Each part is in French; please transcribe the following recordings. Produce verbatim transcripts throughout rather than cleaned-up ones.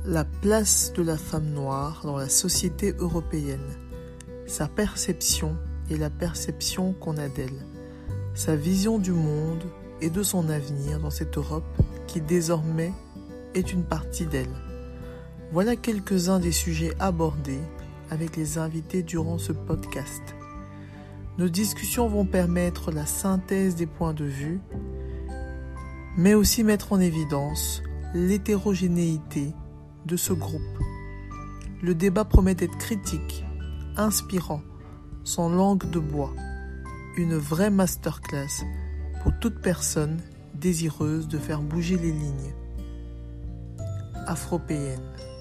La place de la femme noire dans la société européenne, sa perception et la perception qu'on a d'elle, sa vision du monde et de son avenir dans cette Europe qui désormais est une partie d'elle. Voilà quelques-uns des sujets abordés avec les invités durant ce podcast. Nos discussions vont permettre la synthèse des points de vue, mais aussi mettre en évidence l'hétérogénéité de ce groupe. Le débat promet d'être critique, inspirant, sans langue de bois. Une vraie masterclass pour toute personne désireuse de faire bouger les lignes. Afropéenne.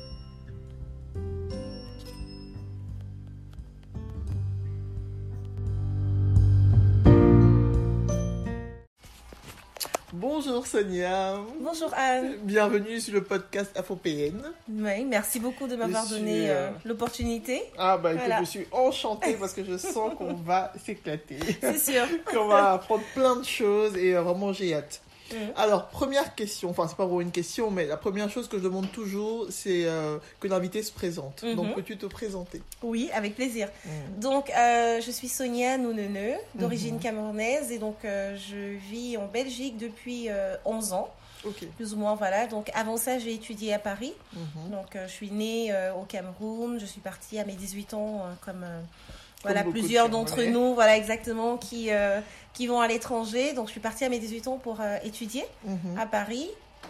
Bonjour Sonia. Bonjour Anne. Bienvenue sur le podcast Afropéenne. Oui, merci beaucoup de m'avoir Je donné suis, euh... euh, l'opportunité. Ah bah Voilà. écoute, je suis enchantée parce que je sens qu'on va s'éclater. C'est sûr. Qu'on va apprendre plein de choses et euh, vraiment j'ai hâte. Mmh. Alors, première question, enfin c'est pas vraiment une question, mais la première chose que je demande toujours, c'est euh, que l'invité se présente. Mmh. Donc peux-tu te présenter? Oui, avec plaisir. Mmh. Donc, euh, je suis Sonia Nouneneu, d'origine Mmh. camerounaise, et donc euh, je vis en Belgique depuis euh, onze ans. Ok. Plus ou moins, voilà. Donc, avant ça, j'ai étudié à Paris. Mmh. Donc, euh, je suis née euh, au Cameroun. Je suis partie à mes dix-huit ans, euh, comme, euh, Comme voilà, beaucoup plusieurs de d'entre Camerounais. nous, voilà, exactement, qui, euh, qui vont à l'étranger. Donc, je suis partie à mes dix-huit ans pour euh, étudier Mmh. à Paris.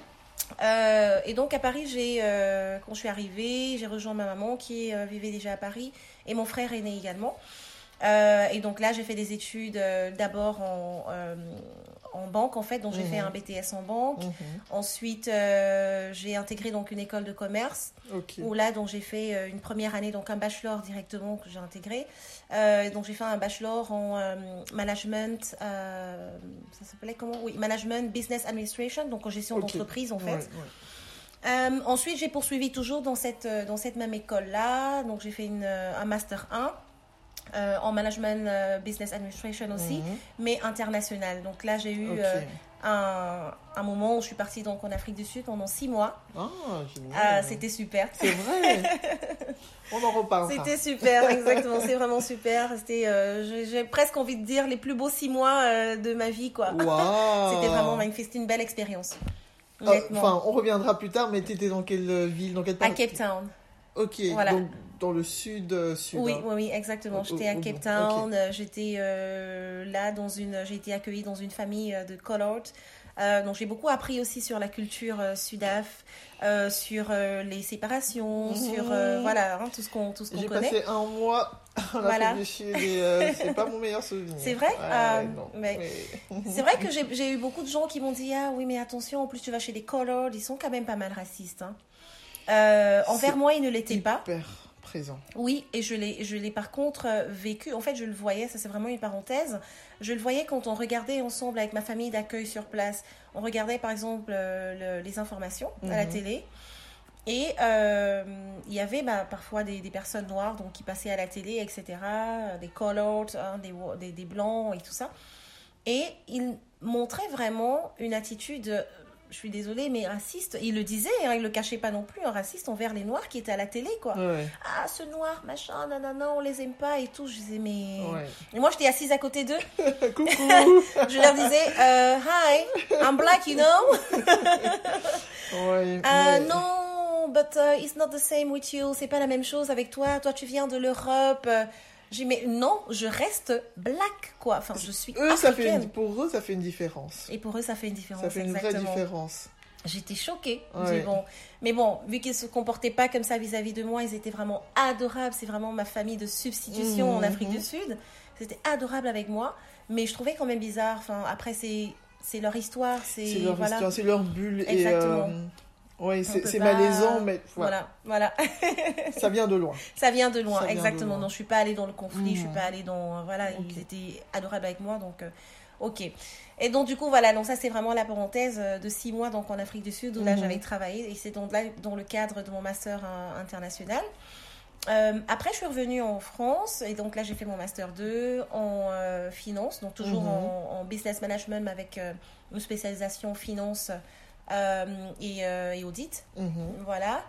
Euh, et donc, à Paris, j'ai, euh, quand je suis arrivée, j'ai rejoint ma maman qui euh, vivait déjà à Paris et mon frère est né également. Euh, et donc là, j'ai fait des études euh, d'abord en, euh, en banque, en fait. Donc, j'ai Mmh. fait un B T S en banque. Mmh. Ensuite, euh, j'ai intégré donc une école de commerce Ok. où là, donc j'ai fait euh, une première année, donc un bachelor directement que j'ai intégré. Euh, donc j'ai fait un bachelor en euh, management, euh, ça s'appelait comment? Oui, management business administration, donc en gestion Ok. d'entreprise en fait. Ouais, ouais. Euh, ensuite, j'ai poursuivi toujours dans cette euh, dans cette même école là. Donc j'ai fait une, euh, un master un. Euh, en management euh, business administration aussi, Mhm. mais international. Donc là, j'ai eu Ok. euh, un, un moment où je suis partie donc en Afrique du Sud pendant six mois. Ah, génial. Ah, c'était super. C'est vrai. On en reparlera. C'était super, exactement. C'est vraiment super. C'était, euh, j'ai, j'ai presque envie de dire, les plus beaux six mois euh, de ma vie, quoi. Waouh. C'était vraiment magnifique. C'était une belle expérience. Ah, Honnêtement. Enfin, on reviendra plus tard, mais tu étais dans quelle euh, ville, dans quelle À partie? Cape Town. Ok, Voilà. donc dans le sud, euh, sud. Oui, hein. oui, oui, exactement. Au- J'étais à au- Cape ok. Town. euh, J'étais euh, là dans une, j'ai été accueillie dans une famille euh, de colored. Euh, donc j'ai beaucoup appris aussi sur la culture euh, sudaf, euh, sur euh, les séparations, Mhm. sur euh, voilà hein, tout ce qu'on tout ce qu'on J'ai connaît. passé un mois en Voilà. Afrique du Sud et euh, c'est pas mon meilleur souvenir. C'est vrai. Ouais, Euh, ouais, non. mais- Mais- C'est vrai que j'ai j'ai eu beaucoup de gens qui m'ont dit ah oui mais attention en plus tu vas chez les colored, ils sont quand même pas mal racistes. Hein. Euh, envers C'est moi ils ne l'étaient pas. Hyper présent. Oui, et je l'ai, je l'ai par contre euh, vécu. En fait, je le voyais, ça c'est vraiment une parenthèse. Je le voyais quand on regardait ensemble avec ma famille d'accueil sur place. On regardait par exemple euh, le- les informations à la Mhm. télé. Et euh, il y avait bah, parfois des, des personnes noires donc, qui passaient à la télé, et cetera. Des colored, hein, des, des, des blancs et tout ça. Et ils montraient vraiment une attitude, euh, je suis désolée, mais raciste. Ils le disaient, hein, ils le cachaient pas non plus, un raciste envers les noirs qui étaient à la télé, quoi. Ouais. Ah, ce noir, machin, nanana, on les aime pas et tout. Je disais, mais. Ouais. Et moi, j'étais assise à côté d'eux. Coucou. Je leur disais, euh, hi, I'm black, you know. Ouais, Euh, mais- non, but uh, it's not the same with you. C'est pas la même chose avec toi. Toi, tu viens de l'Europe. Euh, J'ai dit, mais non, je reste black, quoi. Enfin, je suis Eux, ça fait africaine. une... Pour eux, ça fait une différence. Et pour eux, ça fait une différence. Ça fait une vraie exactement. différence. J'étais choquée. Ouais. Je dis, bon. Mais bon, vu qu'ils se comportaient pas comme ça vis-à-vis de moi, ils étaient vraiment adorables. C'est vraiment ma famille de substitution Mhm. en Afrique du Sud. C'était adorable avec moi. Mais je trouvais quand même bizarre. Enfin, après, c'est, c'est leur histoire. C'est, C'est leur voilà. histoire, c'est leur bulle. Exactement. Et, euh, ouais, On c'est, peut c'est pas- malaisant, mais voilà. Voilà, voilà. Ça vient de loin. Ça vient de loin, Ça vient de exactement. loin. Non, je suis pas allée dans le conflit, je suis Mhm. pas allée dans... Voilà, Ok. ils étaient adorables avec moi, donc... euh, ok. Et donc, du coup, voilà, donc ça, c'est vraiment la parenthèse euh, de six mois donc, en Afrique du Sud, où là, Mhm. j'avais travaillé. Et c'est donc là, dans le cadre de mon master euh, international. Euh, après, je suis revenue en France. Et donc là, j'ai fait mon master deux en euh, finance. Donc, toujours Mhm. en, en business management, mais avec euh, une spécialisation finance euh, et, euh, et audit. Mhm. Voilà.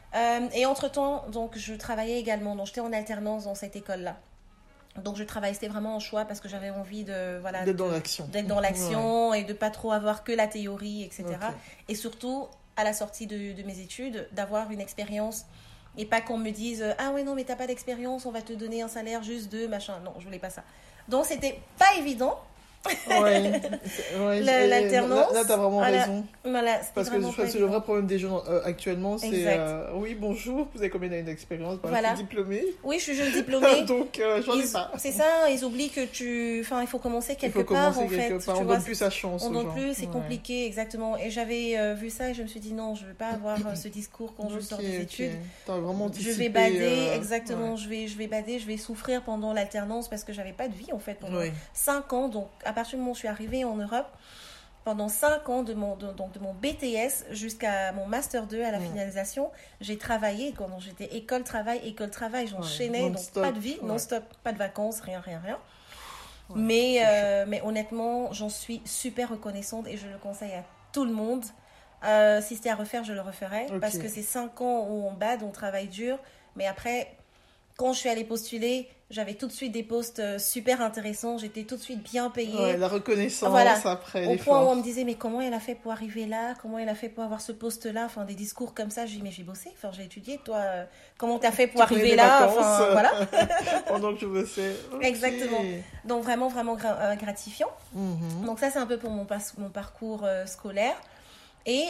Euh, et entre-temps, donc, je travaillais également. Donc, j'étais en alternance dans cette école-là. Donc, je travaillais, c'était vraiment un choix parce que j'avais envie de, voilà, d'être de, dans l'action. D'être dans l'action ouais. Et de pas trop avoir que la théorie, et cetera. Okay. Et surtout, à la sortie de, de mes études, d'avoir une expérience et pas qu'on me dise « Ah ouais, non, mais t'as pas d'expérience, on va te donner un salaire juste de machin. » Non, je voulais pas ça. Donc, c'était pas évident. Ouais, ouais, l'alternance. Là, là tu as vraiment voilà, raison. Voilà, parce que je pense que le vrai problème des jeunes euh, actuellement, c'est euh, oui, bonjour, vous avez combien d'années d'expérience? Bah, voilà. Je suis diplômée. Oui, je suis jeune diplômée. Donc, euh, j'en ai pas. C'est ça, ils oublient que tu. Enfin, il faut commencer quelque il faut part, commencer en quelque fait. Part. On vois, donne plus sa chance. On donne gens. plus, c'est ouais. compliqué, exactement. Et j'avais euh, vu ça et je me suis dit non, je ne veux pas avoir euh, ce discours quand okay, je sors des okay. études. T'as vraiment je vais bader, euh... exactement. Ouais. Je, vais, je vais bader, je vais souffrir pendant l'alternance parce que j'avais pas de vie, en fait, pendant ouais. cinq ans. Donc, à partir du moment où je suis arrivée en Europe, pendant cinq ans de mon, de, donc de mon B T S jusqu'à mon Master deux à la ouais. finalisation, j'ai travaillé. Quand j'étais école-travail, école-travail, j'enchaînais, ouais, donc pas de vie, ouais. non-stop, pas de vacances, rien, rien, rien. Ouais, mais, euh, mais honnêtement, j'en suis super reconnaissante et je le conseille à tout le monde. Euh, si c'était à refaire, je le referais okay. parce que c'est cinq ans où on bade, on travaille dur, mais après, quand je suis allée postuler, j'avais tout de suite des postes super intéressants, j'étais tout de suite bien payée. Ouais, la reconnaissance voilà. après Au l'effort. point où on me disait, mais comment elle a fait pour arriver là? Comment elle a fait pour avoir ce poste-là? Enfin, des discours comme ça, je dis, mais j'ai bossé, enfin, j'ai étudié, toi, euh, comment t'as fait pour tu arriver là? Vacances, enfin, euh, voilà. Pendant que je bossais. Okay. Exactement. Donc, vraiment, vraiment gra- gratifiant. Mm-hmm. Donc, ça, c'est un peu pour mon, pas- mon parcours euh, scolaire. Et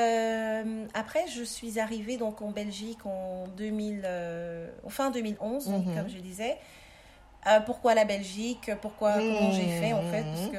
euh, après, je suis arrivée donc en Belgique en deux mille, euh, fin deux mille onze, donc, mm-hmm. comme je disais. Euh, pourquoi la Belgique? Pourquoi mmh. Comment j'ai fait en fait? Parce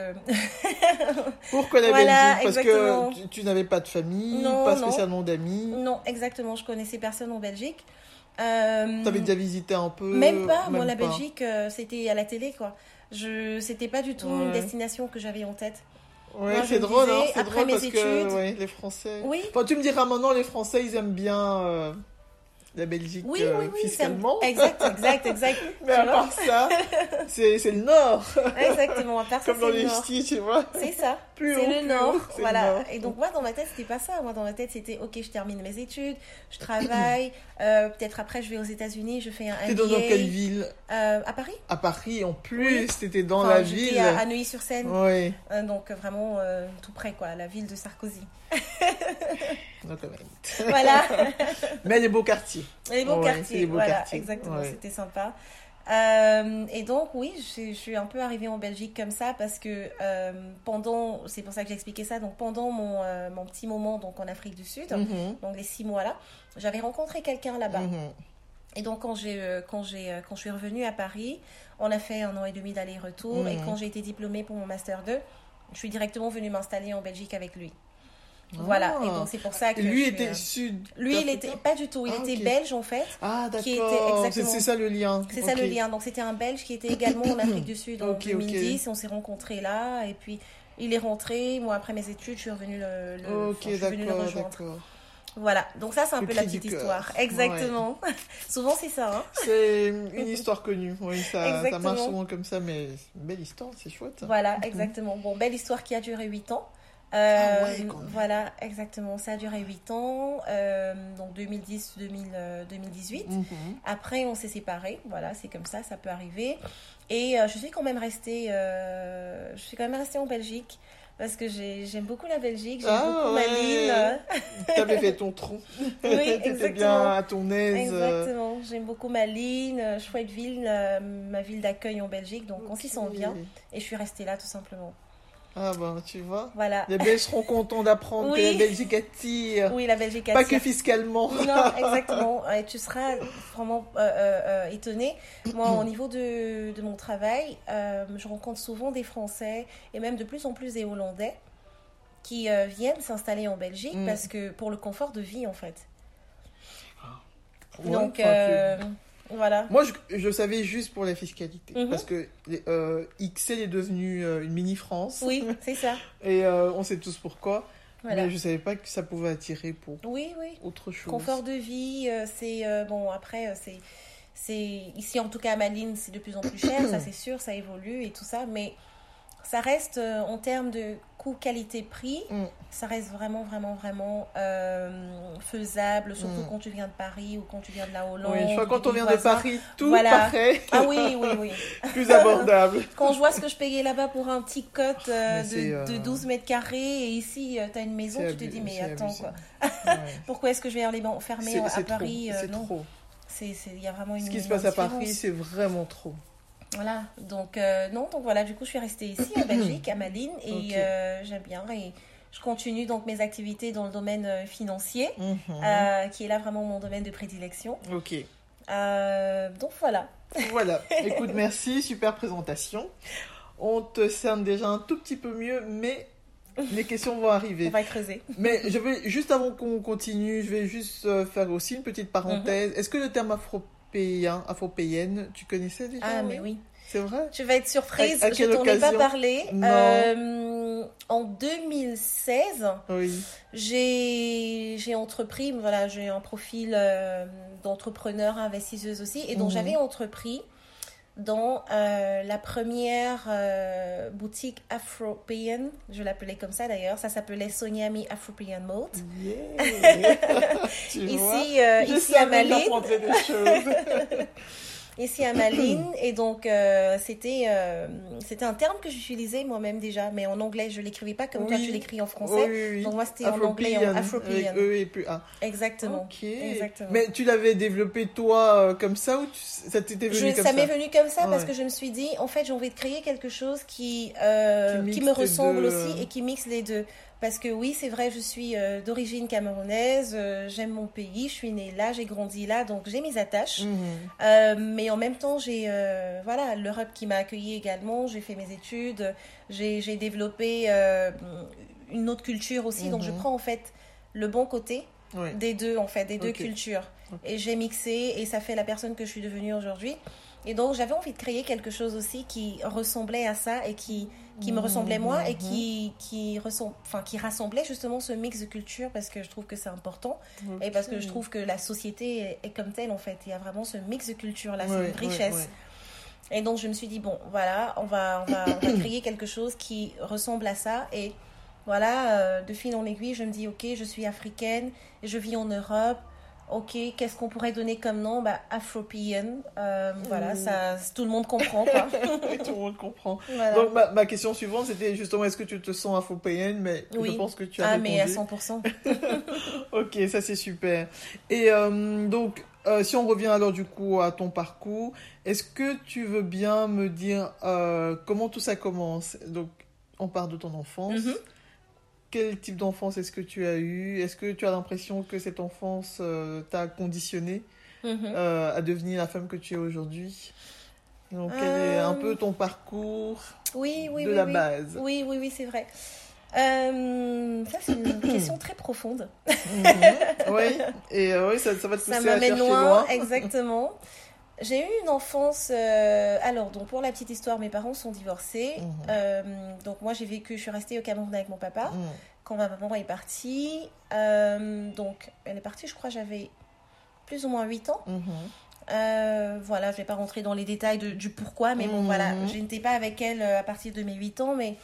que... Pourquoi la voilà, Belgique? Parce exactement. que tu, tu n'avais pas de famille, non, pas non. spécialement d'amis. Non, exactement. Je connaissais personne en Belgique. Euh... Tu avais déjà visité un peu? Même pas. Même Moi, la pas. Belgique, euh, c'était à la télé, quoi. Je... C'était pas du tout ouais. une destination que j'avais en tête. Ouais, Moi, c'est drôle, disais, hein, c'est après drôle mes parce études, que ouais, les Français. Oui. Enfin, tu me diras maintenant, les Français, ils aiment bien euh, la Belgique oui, euh, oui, oui, fiscalement. Exact, exact, exact. Mais à part ça, c'est, c'est le Nord. Exactement, à part ça, comme dans les ch'tis, tu vois. C'est ça. Plus c'est haut, le plus Nord. haut, c'est voilà. le Nord. Et donc moi, dans ma tête, c'était pas ça. Moi, dans ma tête, c'était ok, je termine mes études, je travaille. euh, peut-être après, je vais aux États-Unis, je fais un M B A. T'es dans, dans quelle ville? euh, À Paris. À Paris, en plus, oui. T'étais dans enfin, la j'étais ville. À, à Neuilly-sur-Seine. Oui. Euh, donc vraiment euh, tout près, quoi, la ville de Sarkozy. No comment. Voilà. Mais les beaux quartiers. Les beaux ouais, quartiers, les beaux voilà, quartiers. exactement, ouais. C'était sympa. Euh, et donc oui, je, je suis un peu arrivée en Belgique comme ça parce que euh, pendant, c'est pour ça que j'ai expliqué ça, donc pendant mon, euh, mon petit moment donc en Afrique du Sud, mm-hmm. donc les six mois là, j'avais rencontré quelqu'un là-bas. Mm-hmm. Et donc quand j'ai euh, quand j'ai euh, quand je suis revenue à Paris, on a fait un an et demi d'aller-retour mm-hmm. et quand j'ai été diplômée pour mon master deux, je suis directement venue m'installer en Belgique avec lui. Voilà, ah. Et donc c'est pour ça que lui je était suis, sud. Lui, il était pas du tout, il ah, était okay. belge en fait. Ah d'accord. Qui était exactement... c'est, c'est ça le lien. C'est okay. ça le lien. Donc c'était un Belge qui était également en Afrique du Sud en okay, deux mille dix. okay. Et on s'est rencontrés là et puis il est rentré. Moi après mes études, je suis revenue le, le, okay, enfin, je suis venue le rejoindre. D'accord. Voilà, donc ça c'est un le peu la petite histoire. Exactement. Ouais. Souvent c'est ça. Hein. C'est une histoire connue. Oui, ça, ça marche souvent comme ça, mais une belle histoire, c'est chouette. Voilà, exactement. Bon, belle histoire qui a duré huit ans. Euh, ah ouais, voilà, exactement. Ça a duré huit ans, euh, donc deux mille dix deux mille dix-huit. Mm-hmm. Après, on s'est séparés. Voilà, c'est comme ça, ça peut arriver. Et euh, je suis quand même restée, euh, je suis quand même restée en Belgique parce que j'ai, j'aime beaucoup la Belgique. J'aime ah, beaucoup ouais. Malines. T'avais fait ton tronc. Oui, t'étais bien à ton aise. Exactement. J'aime beaucoup Malines, chouette ville, euh, ma ville d'accueil en Belgique. Donc okay. On s'y sent bien. Et je suis restée là tout simplement. Ah ben, tu vois. Voilà. Les Belges seront contents d'apprendre oui. que la Belgique attire. Oui, la Belgique attire. Pas que fiscalement. Non, exactement. Et tu seras vraiment euh, euh, étonné. Moi, au niveau de, de mon travail, euh, je rencontre souvent des Français et même de plus en plus des Hollandais qui euh, viennent s'installer en Belgique mm. parce que pour le confort de vie, en fait. Ouais, Donc... Euh, tu... Voilà. Moi, je, je savais juste pour la fiscalité. Mm-hmm. Parce que euh, X L est devenu euh, une mini-France. Oui, c'est ça. Et euh, on sait tous pourquoi. Voilà. Mais je ne savais pas que ça pouvait attirer pour oui, oui. autre chose. Confort de vie, euh, c'est... Euh, bon, après, euh, c'est, c'est... Ici, en tout cas, à Malines, c'est de plus en plus cher. Ça, c'est sûr, ça évolue et tout ça. Mais ça reste euh, en termes de coût qualité-prix, Mm. ça reste vraiment, vraiment, vraiment euh, faisable, surtout Mm. quand tu viens de Paris ou quand tu viens de la Hollande. Oui, je crois que quand des on vient de voisins. Paris, tout Voilà. paraît Ah oui, oui, oui. plus abordable. Quand je vois ce que je payais là-bas pour un petit cote euh, Mais c'est, de, euh, de douze mètres carrés, et ici, tu as une maison, C'est tu te abu- dis, mais c'est attends, abusé. quoi. Ouais. Pourquoi est-ce que je vais aller m'enfermer C'est à c'est Paris trop, euh, c'est Non, trop. c'est, c'est, il y a vraiment une Ce qui se énorme passe à Paris, différence. c'est vraiment trop. Voilà, donc euh, non, donc voilà, du coup je suis restée ici en Belgique, à Malines, et Ok. euh, j'aime bien, et je continue donc mes activités dans le domaine euh, financier, Mhm. euh, qui est là vraiment mon domaine de prédilection. Ok. Euh, donc voilà. Voilà. Écoute, merci, super présentation. On te cerne déjà un tout petit peu mieux, mais les questions vont On arriver. va creuser. Mais je vais, juste avant qu'on continue, je vais juste euh, faire aussi une petite parenthèse. Est-ce que le terme afropéen, afropéenne, tu connaissais déjà? Ah, mais oui. C'est vrai? Tu vas être surprise, À- à je quelle t'en ai pas occasion? parlé. Non. Euh, en deux mille seize, Oui. j'ai, j'ai entrepris, voilà, j'ai un profil euh, d'entrepreneur, investisseuse aussi, et donc Mhm. j'avais entrepris dans euh, la première euh, boutique afropéenne, je l'appelais comme ça d'ailleurs, ça s'appelait Sonyami Afropéen Mode. Yeah. Tu vois? Ici, euh, Je ici à savais que Malines. j'apprendrais des choses. Ici à Malines, et donc euh, c'était euh, c'était un terme que j'utilisais moi-même déjà, mais en anglais, je l'écrivais pas comme toi Oui. tu l'écris en Oui, français. oui, oui. Donc moi c'était en anglais, en Afropéenne, Afropéen. avec E et puis A. Exactement. Ok. Exactement. Mais tu l'avais développé toi euh, comme ça ou tu- ça t'était venu Je- comme ça ça? m'est venu comme ça parce Ouais. que je me suis dit, en fait, j'ai envie de créer quelque chose qui, euh, Qui mixe qui me les ressemble deux, aussi euh. et qui mixe les deux. Parce que oui, c'est vrai, je suis euh, d'origine camerounaise, euh, j'aime mon pays, je suis née là, j'ai grandi là, donc j'ai mes attaches. Mhm. Euh, mais en même temps, j'ai euh, voilà, l'Europe qui m'a accueillie également, j'ai fait mes études, j'ai, j'ai développé euh, une autre culture aussi, donc je Mhm. prends en fait le bon côté Ouais. des deux, en fait, des deux Ok. cultures. Ok. Et j'ai mixé et ça fait la personne que je suis devenue aujourd'hui. Et donc, j'avais envie de créer quelque chose aussi qui ressemblait à ça et qui, qui me ressemblait moi et qui, qui, ressemble, enfin, qui rassemblait justement ce mix de culture parce que je trouve que c'est important et parce que je trouve que la société est, est comme telle en fait. Il y a vraiment ce mix de culture là, c'est Ouais, une richesse. ouais, ouais. Et donc, je me suis dit, bon, voilà, on va, on va, on va créer quelque chose qui ressemble à ça. Et voilà, euh, de fil en aiguille, je me dis, ok, je suis africaine, je vis en Europe. Ok, qu'est-ce qu'on pourrait donner comme nom? Bah, Afropéenne. Euh, Voilà, Mm. ça, tout le monde comprend, quoi. Tout le monde comprend. Voilà. Donc, ma, ma question suivante, c'était justement, est-ce que tu te sens afropéenne? Mais Oui. je pense que tu as Ah, répondu. mais à cent pour cent. Ok, ça c'est super. Et euh, donc, euh, si on revient alors du coup à ton parcours, est-ce que tu veux bien me dire euh, comment tout ça commence? Donc, on part de ton enfance. Mhm. Quel type d'enfance est-ce que tu as eu? Est-ce que tu as l'impression que cette enfance euh, t'a conditionné Mhm. euh, à devenir la femme que tu es aujourd'hui? Donc, quel est un Euh, peu ton parcours Oui, oui, de oui. la oui. base? Oui, oui, oui, c'est vrai. Euh, ça, c'est une question très profonde. Mhm. Oui, et euh, oui, ça, ça va te Ça pousser à m'amène chercher loin, loin. exactement. J'ai eu une enfance. euh, alors, donc pour la petite histoire, mes parents sont divorcés. Mhm. Euh, donc moi, j'ai vécu. Je suis restée au Cameroun avec mon papa Mhm. quand ma maman est partie. Euh, donc, elle est partie. Je crois j'avais plus ou moins huit ans. Mhm. Euh, voilà, je vais pas rentrer dans les détails de- du pourquoi, mais bon, Mhm. voilà, je n'étais pas avec elle euh, à partir de mes huit ans, mais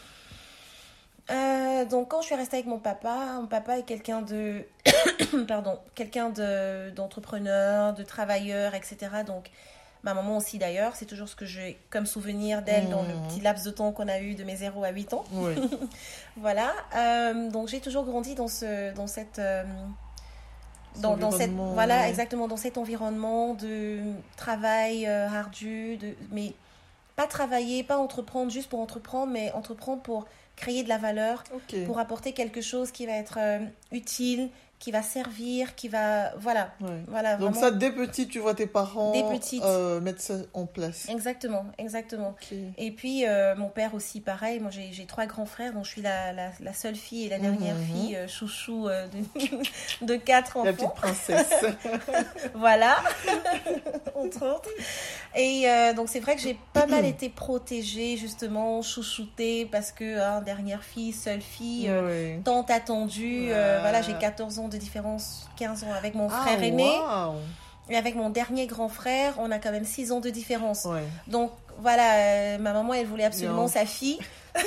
euh, donc quand je suis restée avec mon papa, mon papa est quelqu'un de, pardon, quelqu'un de d'entrepreneur, de travailleur, et cetera. Donc ma maman aussi d'ailleurs, c'est toujours ce que j'ai comme souvenir d'elle dans le Mhm. petit laps de temps qu'on a eu de mes zéro à huit ans. Oui. Voilà, euh, donc j'ai toujours grandi dans ce, dans cette, euh, dans, dans cette, environnement, voilà, ouais. exactement dans cet environnement de travail euh, ardu, de, mais pas travailler, pas entreprendre juste pour entreprendre, mais entreprendre pour créer de la valeur, Ok. pour apporter quelque chose qui va être euh, utile, qui va servir, qui va, voilà, Ouais. voilà, Donc vraiment. ça, dès petite, tu vois tes parents Dès petite. euh, mettre ça en place. Exactement, exactement. Ok. Et puis, euh, mon père aussi, pareil. Moi, j'ai, j'ai trois grands frères, donc je suis la, la, la seule fille et la dernière Mhm. fille, euh, chouchou euh, de, de quatre La petite enfants. princesse. Voilà, entre autres. Et euh, donc, c'est vrai que j'ai pas mal été protégée, justement, chouchoutée, parce que, hein, dernière fille, seule fille, euh, Oui. tant attendue. euh, Ah. voilà, j'ai quatorze ans de différence, quinze ans avec mon Ah, frère aîné. waouh. Et avec mon dernier grand frère, on a quand même six ans de différence. Ouais. Donc, voilà, euh, ma maman, elle voulait absolument Non. sa fille.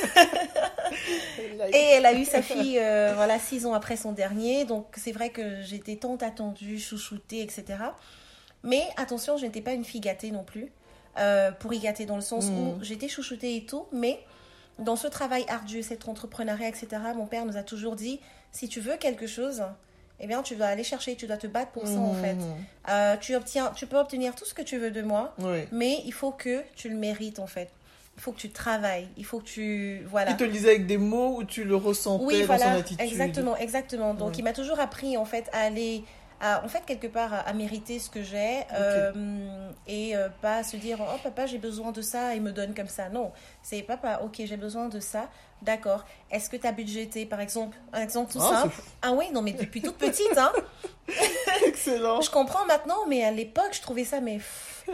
Et elle a eu sa fille, euh, voilà, six ans après son dernier. Donc, c'est vrai que j'étais tant attendue, chouchoutée, et cetera. Mais attention, je n'étais pas une fille gâtée non plus. Euh, pour y gâter dans le sens Mmh. où j'étais chouchoutée et tout. Mais dans ce travail ardu, cet entrepreneuriat, et cetera, mon père nous a toujours dit, si tu veux quelque chose... eh bien, tu dois aller chercher, tu dois te battre pour ça, Mmh. en fait. Euh, tu, obtiens, tu peux obtenir tout ce que tu veux de moi, Oui. mais il faut que tu le mérites, en fait. Il faut que tu travailles, il faut que tu... Voilà. Il te le disait avec des mots où tu le ressentais Oui, dans voilà, son attitude. exactement, exactement. Donc, Ouais. il m'a toujours appris, en fait, à aller... À, en fait, quelque part, à, à mériter ce que j'ai euh, et euh, pas se dire, oh, papa, j'ai besoin de ça et me donne comme ça. Non, c'est papa, ok, j'ai besoin de ça. D'accord. Est-ce que tu as budgété, par exemple, un exemple tout Ah, simple. c'est fou. Ah oui, non, mais depuis toute petite, hein. Excellent. Je comprends maintenant, mais à l'époque, je trouvais ça, mais...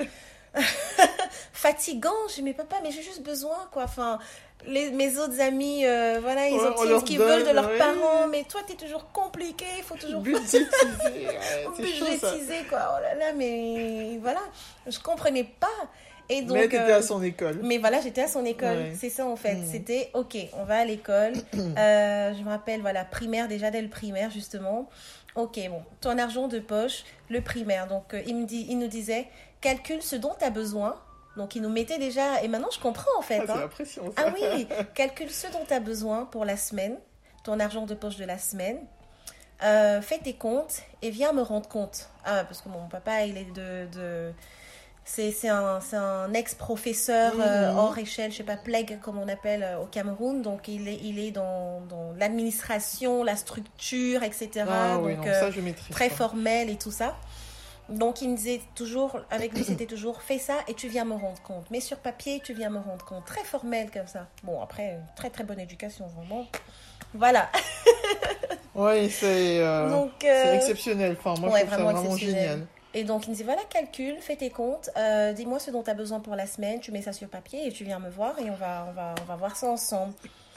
fatigant. Je dis, mais papa, mais j'ai juste besoin, quoi. Enfin, les, mes autres amis, euh, voilà, ils Ouais, on obtiennent leur ce qu'ils donne, veulent de leurs ouais. parents, mais toi, t'es toujours compliqué, il faut toujours Budgétisé. Ouais, c'est chaud, ça. budgétiser, quoi. Oh là là, mais voilà, je comprenais pas. Et donc, Mais t'étais euh, à son école. mais voilà, j'étais à son école. Ouais. C'est ça, en fait. Mhm. C'était, ok, on va à l'école. Euh, je me rappelle, voilà, primaire, déjà dès le primaire, justement. Ok, bon, ton argent de poche, le primaire. Donc, euh, il, me dit, il nous disait, calcule ce dont tu as besoin. Donc, il nous mettait déjà... Et maintenant, je comprends, en fait. Ah, c'est hein. la pression, ça. Ah oui, calcule ce dont tu as besoin pour la semaine, ton argent de poche de la semaine. Euh, fais tes comptes et viens me rendre compte. Ah, parce que mon papa, il est de... de... C'est, c'est, un, c'est un ex-professeur euh, Mhm. hors échelle, je sais pas, plague comme on appelle euh, au Cameroun. Donc, il est, il est dans, dans l'administration, la structure, et cetera. Ah oui, donc, non, euh, ça, je maîtrise très pas. formel et tout ça. Donc, il me disait toujours, avec lui, c'était toujours, fais ça et tu viens me rendre compte. Mais sur papier, tu viens me rendre compte. Très formel comme ça. Bon, après, très très bonne éducation, vraiment. Voilà. Oui, c'est euh, Donc, c'est euh, exceptionnel. Enfin, moi, ouais, je trouve ça vraiment vraiment exceptionnel. génial. Et donc, il me dit, voilà, calcule, fais tes comptes, euh, dis-moi ce dont tu as besoin pour la semaine, tu mets ça sur papier et tu viens me voir et on va, on va, on va voir ça ensemble.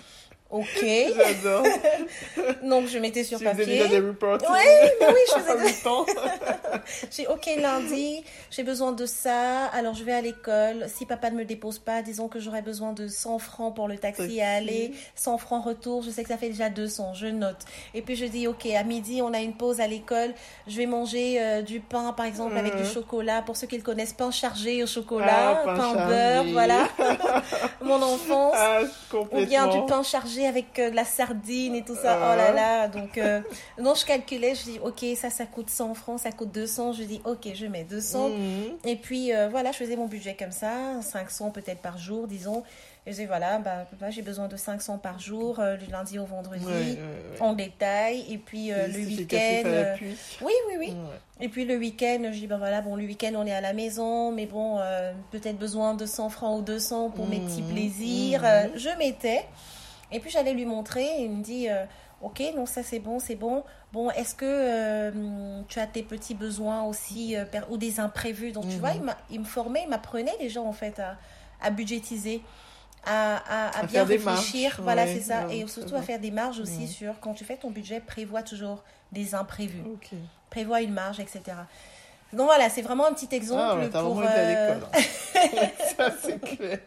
Ok. J'adore. Donc, je mettais sur Tu faisais papier. déjà des reporting. Oui, mais oui, je faisais En des... même temps. J'ai ok lundi, j'ai besoin de ça, alors je vais à l'école. Si papa ne me dépose pas, disons que j'aurais besoin de cent francs pour le taxi, Taxi. à aller, cent francs retour, je sais que ça fait déjà deux cents, je note. Et puis je dis ok, à midi on a une pause à l'école, je vais manger euh, du pain par exemple avec Mhm. du chocolat. Pour ceux qui le connaissent, pain chargé au chocolat, Ah, pain pain chargé. beurre, voilà. Mon enfance. Ah, Ou complètement. bien du pain chargé avec euh, de la sardine et tout ça. Ah. Oh là là. Donc, euh, non, je calculais. Je dis, ok, ça, ça coûte cent francs, ça coûte deux cents. Je dis, ok, je mets deux cents. Mhm. Et puis, euh, voilà, je faisais mon budget comme ça. cinq cents peut-être par jour, disons. Et je dis, voilà, bah, papa, j'ai besoin de cinq cents par jour, euh, du lundi au vendredi, Ouais, ouais, ouais. en détail. Et puis, euh, le Justificatif week-end. à euh, l'appui. Oui, oui, oui. Ouais. Et puis le week-end, je dis, ben voilà, bon, le week-end, on est à la maison, mais bon, euh, peut-être besoin de cent francs ou deux cents pour mes petits Mhm, plaisirs. mhm. Euh, je mettais. Et puis j'allais lui montrer, et il me dit, euh, ok, non, ça c'est bon, c'est bon. Bon, est-ce que euh, tu as tes petits besoins aussi, euh, per- ou des imprévus? Donc, tu Mhm. vois, il, m'a- il me formait, il m'apprenait les gens, en fait, à, à budgétiser, à, à, à À bien faire des réfléchir. marges, Voilà, ouais, c'est ça. ouais, Et très surtout bien. à faire des marges aussi Mhm. sur, quand tu fais ton budget, prévois toujours des imprévus. Ok. Prévois une marge, et cetera. Donc voilà, c'est vraiment un petit exemple Ah, ouais, t'as pour, vraiment été à euh, l'école. hein. Ça, c'est clair.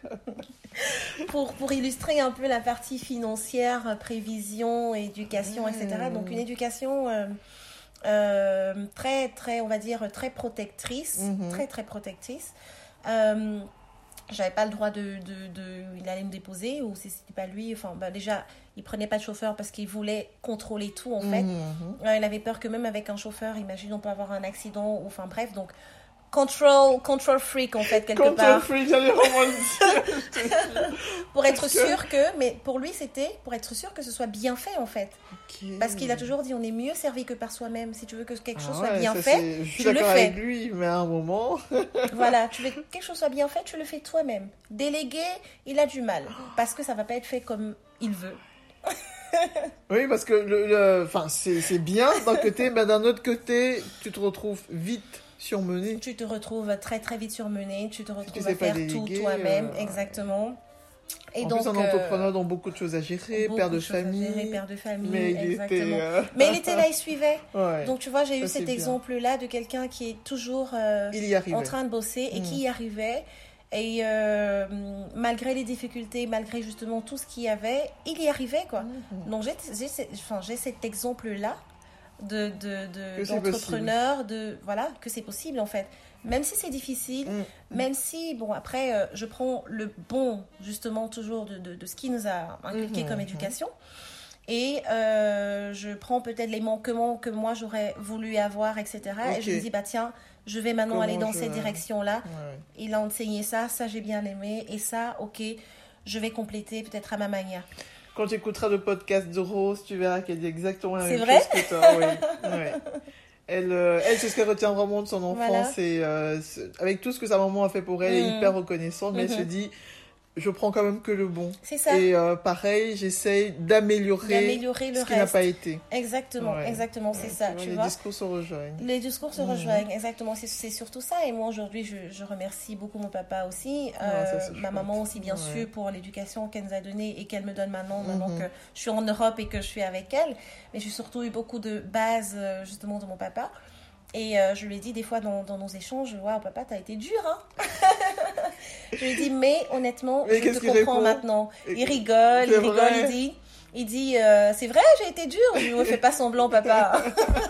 pour, pour illustrer un peu la partie financière, prévision, éducation, et cetera. Mmh. Donc une éducation euh, euh, très, très, on va dire, très protectrice, Mhm. très, très protectrice. Euh, j'avais pas le droit de, de, de... Il allait me déposer, ou si c'était pas lui, enfin, bah, déjà, il prenait pas de chauffeur parce qu'il voulait contrôler tout, en fait. Mhm. Euh, il avait peur que même avec un chauffeur, imagine, on peut avoir un accident, ou enfin bref, donc control, control freak en fait, quelque Control part. freak, j'allais vraiment le dire. je te jure. Pour être Parce que- sûr que, mais pour lui c'était pour être sûr que ce soit bien fait en fait. Ok. Parce qu'il a toujours dit on est mieux servi que par soi-même. Si tu veux que quelque chose Ah soit ouais, bien ça, fait, c'est- Je suis tu le d'accord fais. avec lui, mais à un moment. Voilà, tu veux que quelque chose soit bien fait, tu le fais toi-même. Déléguer, il a du mal. Parce que ça va pas être fait comme il veut. Oui, parce que le, le- enfin, c'est c'est bien d'un côté, mais d'un autre côté, tu te retrouves vite surmené. Tu te retrouves très très vite surmené, tu te retrouves sais à pas faire déléguer, tout toi-même, euh, exactement. Et en donc, plus, un entrepreneur euh, dont beaucoup de choses à gérer, père de, de famille. À gérer, père de famille, mais il exactement. Était, euh... Mais il était là, il suivait. Ouais, donc, tu vois, j'ai eu cet exemple-là de quelqu'un qui est toujours euh, en train de bosser et mmh. qui y arrivait. Et euh, malgré les difficultés, malgré justement tout ce qu'il y avait, il y arrivait, quoi. Mmh. Donc, j'ai, j'ai, enfin, j'ai cet exemple-là de, de, de, d'entrepreneur, de, voilà, que c'est possible, en fait. Même si c'est difficile, mmh. même si, bon, après, euh, je prends le bon, justement, toujours de, de, de ce qui nous a inculqué mmh. comme éducation. Et euh, je prends peut-être les manquements que moi, j'aurais voulu avoir, et cetera. Okay. Et je me dis, bah tiens, je vais maintenant Comment aller dans je... cette direction-là. Ouais. Il a enseigné ça, ça, j'ai bien aimé. Et ça, ok, je vais compléter peut-être à ma manière. Quand tu écouteras le podcast de Rose, tu verras qu'elle dit exactement la c'est même vrai chose que toi. Oui. ouais. Elle, euh, elle c'est ce qu'elle retient vraiment de son enfance. Voilà. Et, euh, avec tout ce que sa maman a fait pour elle, mmh. elle est hyper reconnaissante. Mais mmh. elle se dit, je prends quand même que le bon. C'est ça. Et euh, pareil, j'essaye d'améliorer, d'améliorer le ce qui reste. N'a pas été. Exactement, ouais. exactement, c'est ouais, ça. Tu vois, tu les vois. discours se rejoignent. Les discours se mmh. rejoignent, exactement. C'est, c'est surtout ça. Et moi, aujourd'hui, je, je remercie beaucoup mon papa aussi. Euh, ouais, ça, ma maman aussi, bien ouais. sûr, pour l'éducation qu'elle nous a donnée et qu'elle me donne maintenant, mmh. maintenant que je suis en Europe et que je suis avec elle. Mais j'ai surtout eu beaucoup de bases, justement, de mon papa. Et euh, je lui ai dit des fois dans, dans nos échanges, waouh, papa, t'as été dur, hein. Je lui ai dit, mais honnêtement, mais je te comprends répond maintenant. Il rigole, c'est il rigole, vrai. il dit, il dit, euh, c'est vrai, j'ai été dur. Je lui ai dit, ouais, fais pas semblant, papa.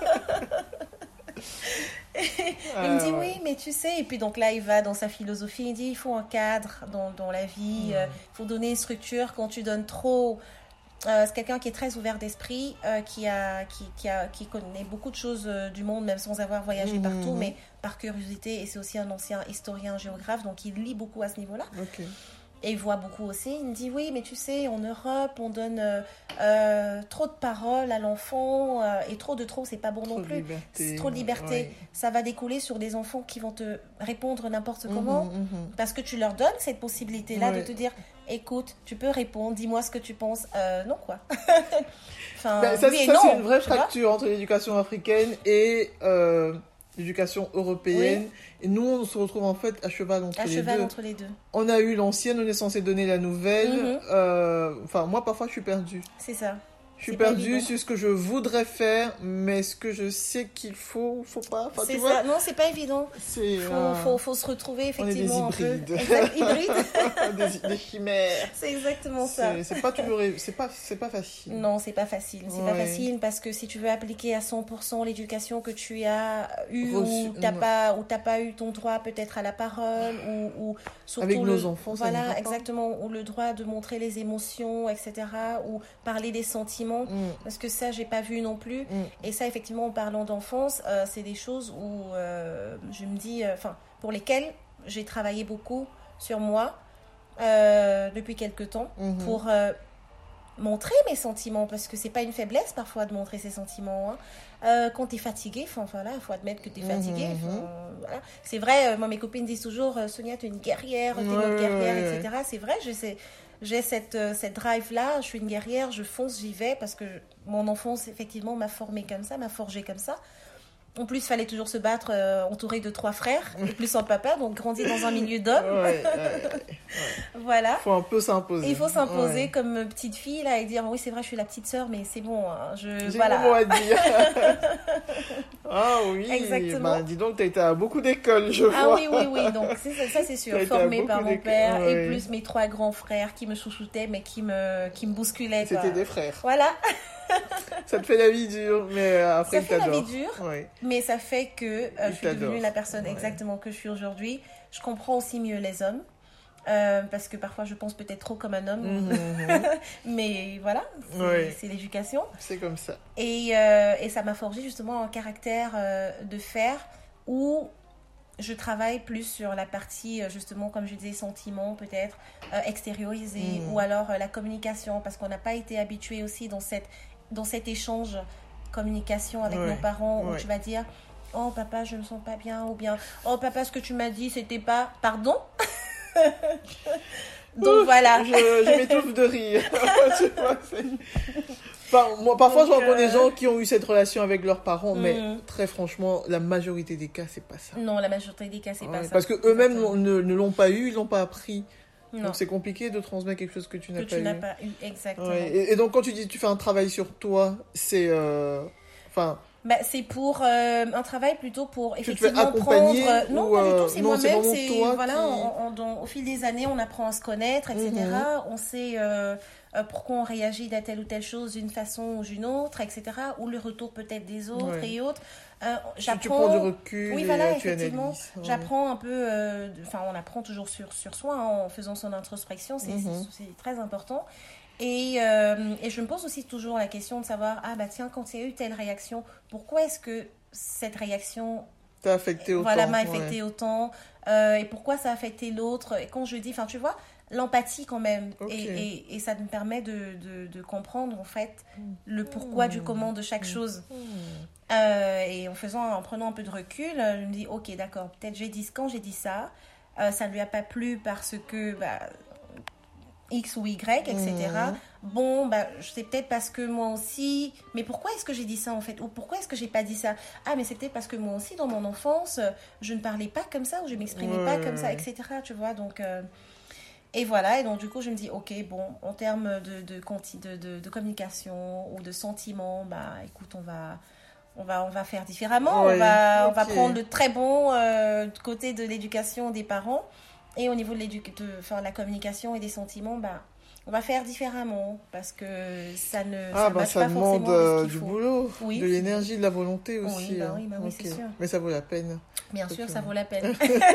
Il me dit, oui, mais tu sais, et puis donc là, il va dans sa philosophie, il dit, il faut un cadre dans, dans la vie, il mmh. euh, faut donner une structure. Quand tu donnes trop... Euh, c'est quelqu'un qui est très ouvert d'esprit, euh, qui, a, qui, qui, a, qui connaît beaucoup de choses euh, du monde, même sans avoir voyagé mmh, partout, mmh. mais par curiosité. Et c'est aussi un ancien historien géographe, donc il lit beaucoup à ce niveau-là. Okay. Et il voit beaucoup aussi. Il me dit, oui, mais tu sais, en Europe, on donne euh, euh, trop de paroles à l'enfant, euh, et trop de trop, c'est pas bon trop non plus. Liberté, c'est trop de liberté. Ouais. Ça va découler sur des enfants qui vont te répondre n'importe mmh, comment, mmh. parce que tu leur donnes cette possibilité-là ouais. de te dire, écoute, tu peux répondre, dis-moi ce que tu penses. Euh, non, quoi. enfin, ben, ça, oui ça non, c'est une vraie fracture vois? Entre l'éducation africaine et euh, l'éducation européenne. Oui. Et nous, on se retrouve en fait à cheval entre, à les, cheval deux. entre les deux. On a eu l'ancienne, on est censé donner la nouvelle. Mm-hmm. euh, enfin, moi, parfois, je suis perdue. C'est ça. Je suis perdue sur ce que je voudrais faire, mais ce que je sais qu'il faut, faut pas. Enfin, c'est tu ça. vois Non, c'est pas évident. Il faut, euh... faut, faut se retrouver effectivement on est des hybrides. un peu. Exact, hybrides. des, des chimères. C'est exactement ça. C'est, c'est pas toujours, c'est pas, c'est pas facile. Non, c'est pas facile. C'est ouais. pas facile parce que si tu veux appliquer à cent pour cent l'éducation que tu as eue Reçu... ou t'as pas, ou t'as pas eu ton droit peut-être à la parole ou, ou surtout avec le, nos enfants, ça voilà, exactement, ou le droit de montrer les émotions, et cetera, ou parler des sentiments. Mm. Parce que ça, j'ai pas vu non plus. Mm. Et ça, effectivement, en parlant d'enfance, euh, c'est des choses où euh, je me dis, enfin, euh, pour lesquelles j'ai travaillé beaucoup sur moi euh, depuis quelques temps mm-hmm. pour euh, montrer mes sentiments, parce que c'est pas une faiblesse parfois de montrer ses sentiments. Hein. Euh, quand t'es fatigué, enfin voilà, il faut admettre que t'es fatigué. Mm-hmm. Voilà. C'est vrai, euh, moi mes copines disent toujours, Sonia, t'es une guerrière, t'es ouais, une guerrière, ouais, et cetera. Ouais. C'est vrai, je sais. J'ai cette, euh, cette drive-là, je suis une guerrière, je fonce, j'y vais, parce que mon enfance, effectivement, m'a formée comme ça, m'a forgée comme ça. En plus, il fallait toujours se battre euh, entouré de trois frères, et plus un papa, donc grandir dans un milieu d'hommes. Ouais, ouais, ouais. Voilà. Il faut un peu s'imposer. Il faut s'imposer ouais. comme petite fille, là, et dire, oui, c'est vrai, je suis la petite sœur, mais c'est bon, hein, je... J'ai voilà. mon mot à dire. Ah oui, exactement. Bah, dis donc, tu as été à beaucoup d'écoles, je ah, vois. Ah oui, oui, oui, donc c'est, ça c'est sûr, formée par mon père, ah, et oui. plus mes trois grands frères qui me chouchoutaient, mais qui me, qui me bousculaient. C'était quoi. Des frères. Voilà. Ça te fait la vie dure, mais après, ça fait t'adores. la vie dure, oui. mais ça fait que euh, je suis devenue la personne ouais. exactement que je suis aujourd'hui. Je comprends aussi mieux les hommes. Euh, parce que parfois je pense peut-être trop comme un homme, mmh. mais voilà, c'est, oui. c'est l'éducation. C'est comme ça. Et, euh, et ça m'a forgé justement un caractère euh, de fer où je travaille plus sur la partie justement, comme je disais, sentiments peut-être euh, extériorisés, mmh. ou alors euh, la communication, parce qu'on n'a pas été habitué aussi dans, cette, dans cet échange communication avec ouais. nos parents, ouais. où tu vas dire « Oh papa, je me sens pas bien » ou bien « Oh papa, ce que tu m'as dit, c'était pas... Pardon ?» Donc Ouf, voilà. Je, je m'étouffe de rire. Tu vois, c'est... Enfin, moi, parfois, Donc, je rencontre euh... des gens qui ont eu cette relation avec leurs parents, mais mmh. très franchement, la majorité des cas, c'est pas ça. Non, la majorité des cas, c'est ouais, pas ça. Parce que eux-mêmes ne, ne l'ont pas eu, ils l'ont pas appris. Non. Donc c'est compliqué de transmettre quelque chose que tu n'as Que pas tu eu. n'as pas eu, exactement. Ouais. Et, et donc quand tu dis que tu fais un travail sur toi, c'est... euh, Enfin, Bah, c'est pour euh, un travail plutôt pour tu te fais effectivement prendre. accompagner euh, Non, ou, pas du euh, tout, c'est non, c'est moi-même. vraiment C'est toi voilà, qui... on- on- on- au fil des années, on apprend à se connaître, et cetera. Mhm. On sait euh, euh, pourquoi on réagit à telle ou telle chose d'une façon ou d'une autre, et cetera. Ou le retour peut-être des autres Ouais. et autres. Euh, Tu, j'apprends. tu prends du recul Oui, et voilà, euh, tu effectivement, analyses. Ouais. j'apprends un peu. euh, de- Enfin, on apprend toujours sur sur soi hein, en faisant son introspection. C'est Mhm. c'est- c'est très important. Et, euh, et je me pose aussi toujours la question de savoir, ah bah tiens, quand il y a eu telle réaction, pourquoi est-ce que cette réaction T'as affecté autant. voilà, m'a ouais. affecté autant euh, et pourquoi ça a affecté l'autre. Et quand je dis, enfin tu vois, l'empathie quand même. Ok. Et, et, et ça me permet de, de, de comprendre en fait le pourquoi du comment de chaque chose. Hmm. Euh, et en faisant, en prenant un peu de recul, je me dis, ok d'accord, peut-être j'ai dit, quand j'ai dit ça, euh, ça ne lui a pas plu parce que... Bah, X ou Y, et cetera. Mhm. Bon, bah, c'est peut-être parce que moi aussi... Mais pourquoi est-ce que j'ai dit ça, en fait? Ou pourquoi est-ce que j'ai pas dit ça? Ah, mais c'est peut-être parce que moi aussi, dans mon enfance, je ne parlais pas comme ça, ou je m'exprimais Ouais, pas ouais, comme ça, ouais. et cetera. Tu vois, donc... euh, Et voilà, et donc du coup, je me dis, ok, bon, en termes de, de, conti- de, de, de communication ou de sentiments, bah, écoute, on va... On va, on va faire différemment. Ouais, on, va, on va ok. prendre le très bon euh, côté de l'éducation des parents. Et au niveau de, l'édu- de enfin, la communication et des sentiments, bah, on va faire différemment parce que ça ne Ah, ça bah matche ça pas demande forcément de ce euh, qu'il du faut. boulot, Oui. de l'énergie, de la volonté Oui, aussi. bah hein. oui, bah oui, c'est Ok. sûr. Mais ça vaut la peine. Bien Très sûr, bien. ça vaut la peine.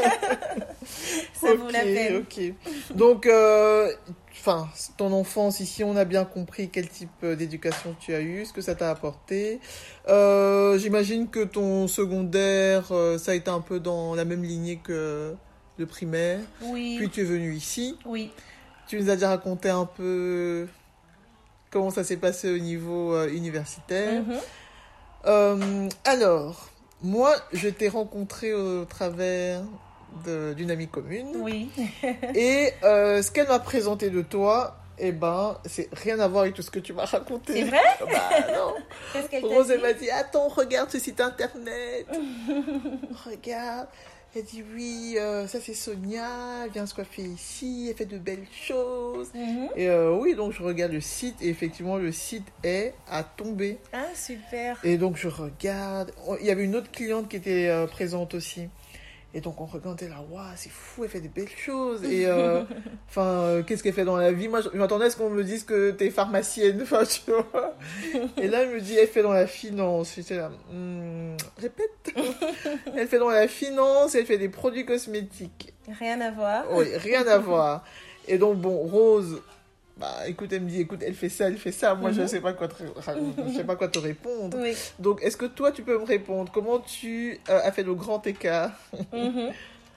ça Ok, vaut la peine. ok. Donc, euh, enfin, ton enfance, ici, on a bien compris quel type euh, d'éducation tu as eu, ce que ça t'a apporté. Euh, j'imagine que ton secondaire, euh, ça a été un peu dans la même lignée que le primaire. Oui, Puis tu es venu ici. oui. Tu nous as déjà raconté un peu comment ça s'est passé au niveau euh, universitaire. Mhm. Euh, alors, moi, je t'ai rencontré au travers de- d'une amie commune. Oui. Et euh, ce qu'elle m'a présenté de toi, eh ben, c'est rien à voir avec tout ce que tu m'as raconté. C'est vrai? Bah non. Qu'est-ce qu'elle t'a Rose, elle dit? m'a dit, attends, regarde ce site internet. Regarde. Elle dit, oui, euh, ça c'est Sonia, elle vient se coiffer ici, elle fait de belles choses. Mhm. Et euh, oui, donc je regarde le site, et effectivement, le site est à tomber. Ah, super. Et donc je regarde. Oh, il y avait une autre cliente qui était euh, présente aussi. Et donc on regardait là, waouh, c'est fou, elle fait des belles choses. Et euh, enfin, euh, qu'est-ce qu'elle fait dans la vie? Moi, je je m'attendais à ce qu'on me dise que t'es pharmacienne, enfin, tu vois. Et là, elle me dit, elle fait dans la finance. J'étais là, hmm, répète. Elle fait dans la finance, elle fait des produits cosmétiques. Rien à voir. Oui, rien à voir. Et donc, bon, Rose, bah, écoute, elle me dit, écoute, elle fait ça, elle fait ça. Moi, je Mhm. sais pas quoi te, je sais pas quoi te répondre. Oui. Donc, est-ce que toi, tu peux me répondre? Comment tu euh, as fait le grand écart Mhm.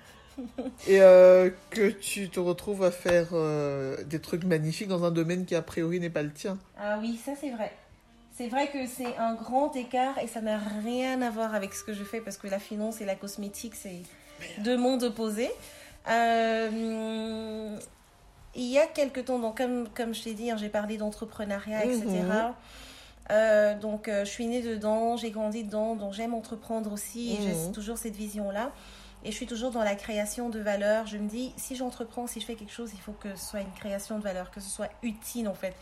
et euh, que tu te retrouves à faire euh, des trucs magnifiques dans un domaine qui, a priori, n'est pas le tien? Ah oui, ça c'est vrai. C'est vrai que c'est un grand écart et ça n'a rien à voir avec ce que je fais parce que la finance et la cosmétique, c'est deux mondes opposés. Euh, il y a quelques temps, donc comme, comme je t'ai dit, hein, j'ai parlé d'entrepreneuriat, et cetera. Mhm. Euh, donc euh, je suis née dedans, j'ai grandi dedans, donc j'aime entreprendre aussi et Mhm. j'ai toujours cette vision-là. Et je suis toujours dans la création de valeur. Je me dis, si j'entreprends, si je fais quelque chose, il faut que ce soit une création de valeur, que ce soit utile en fait.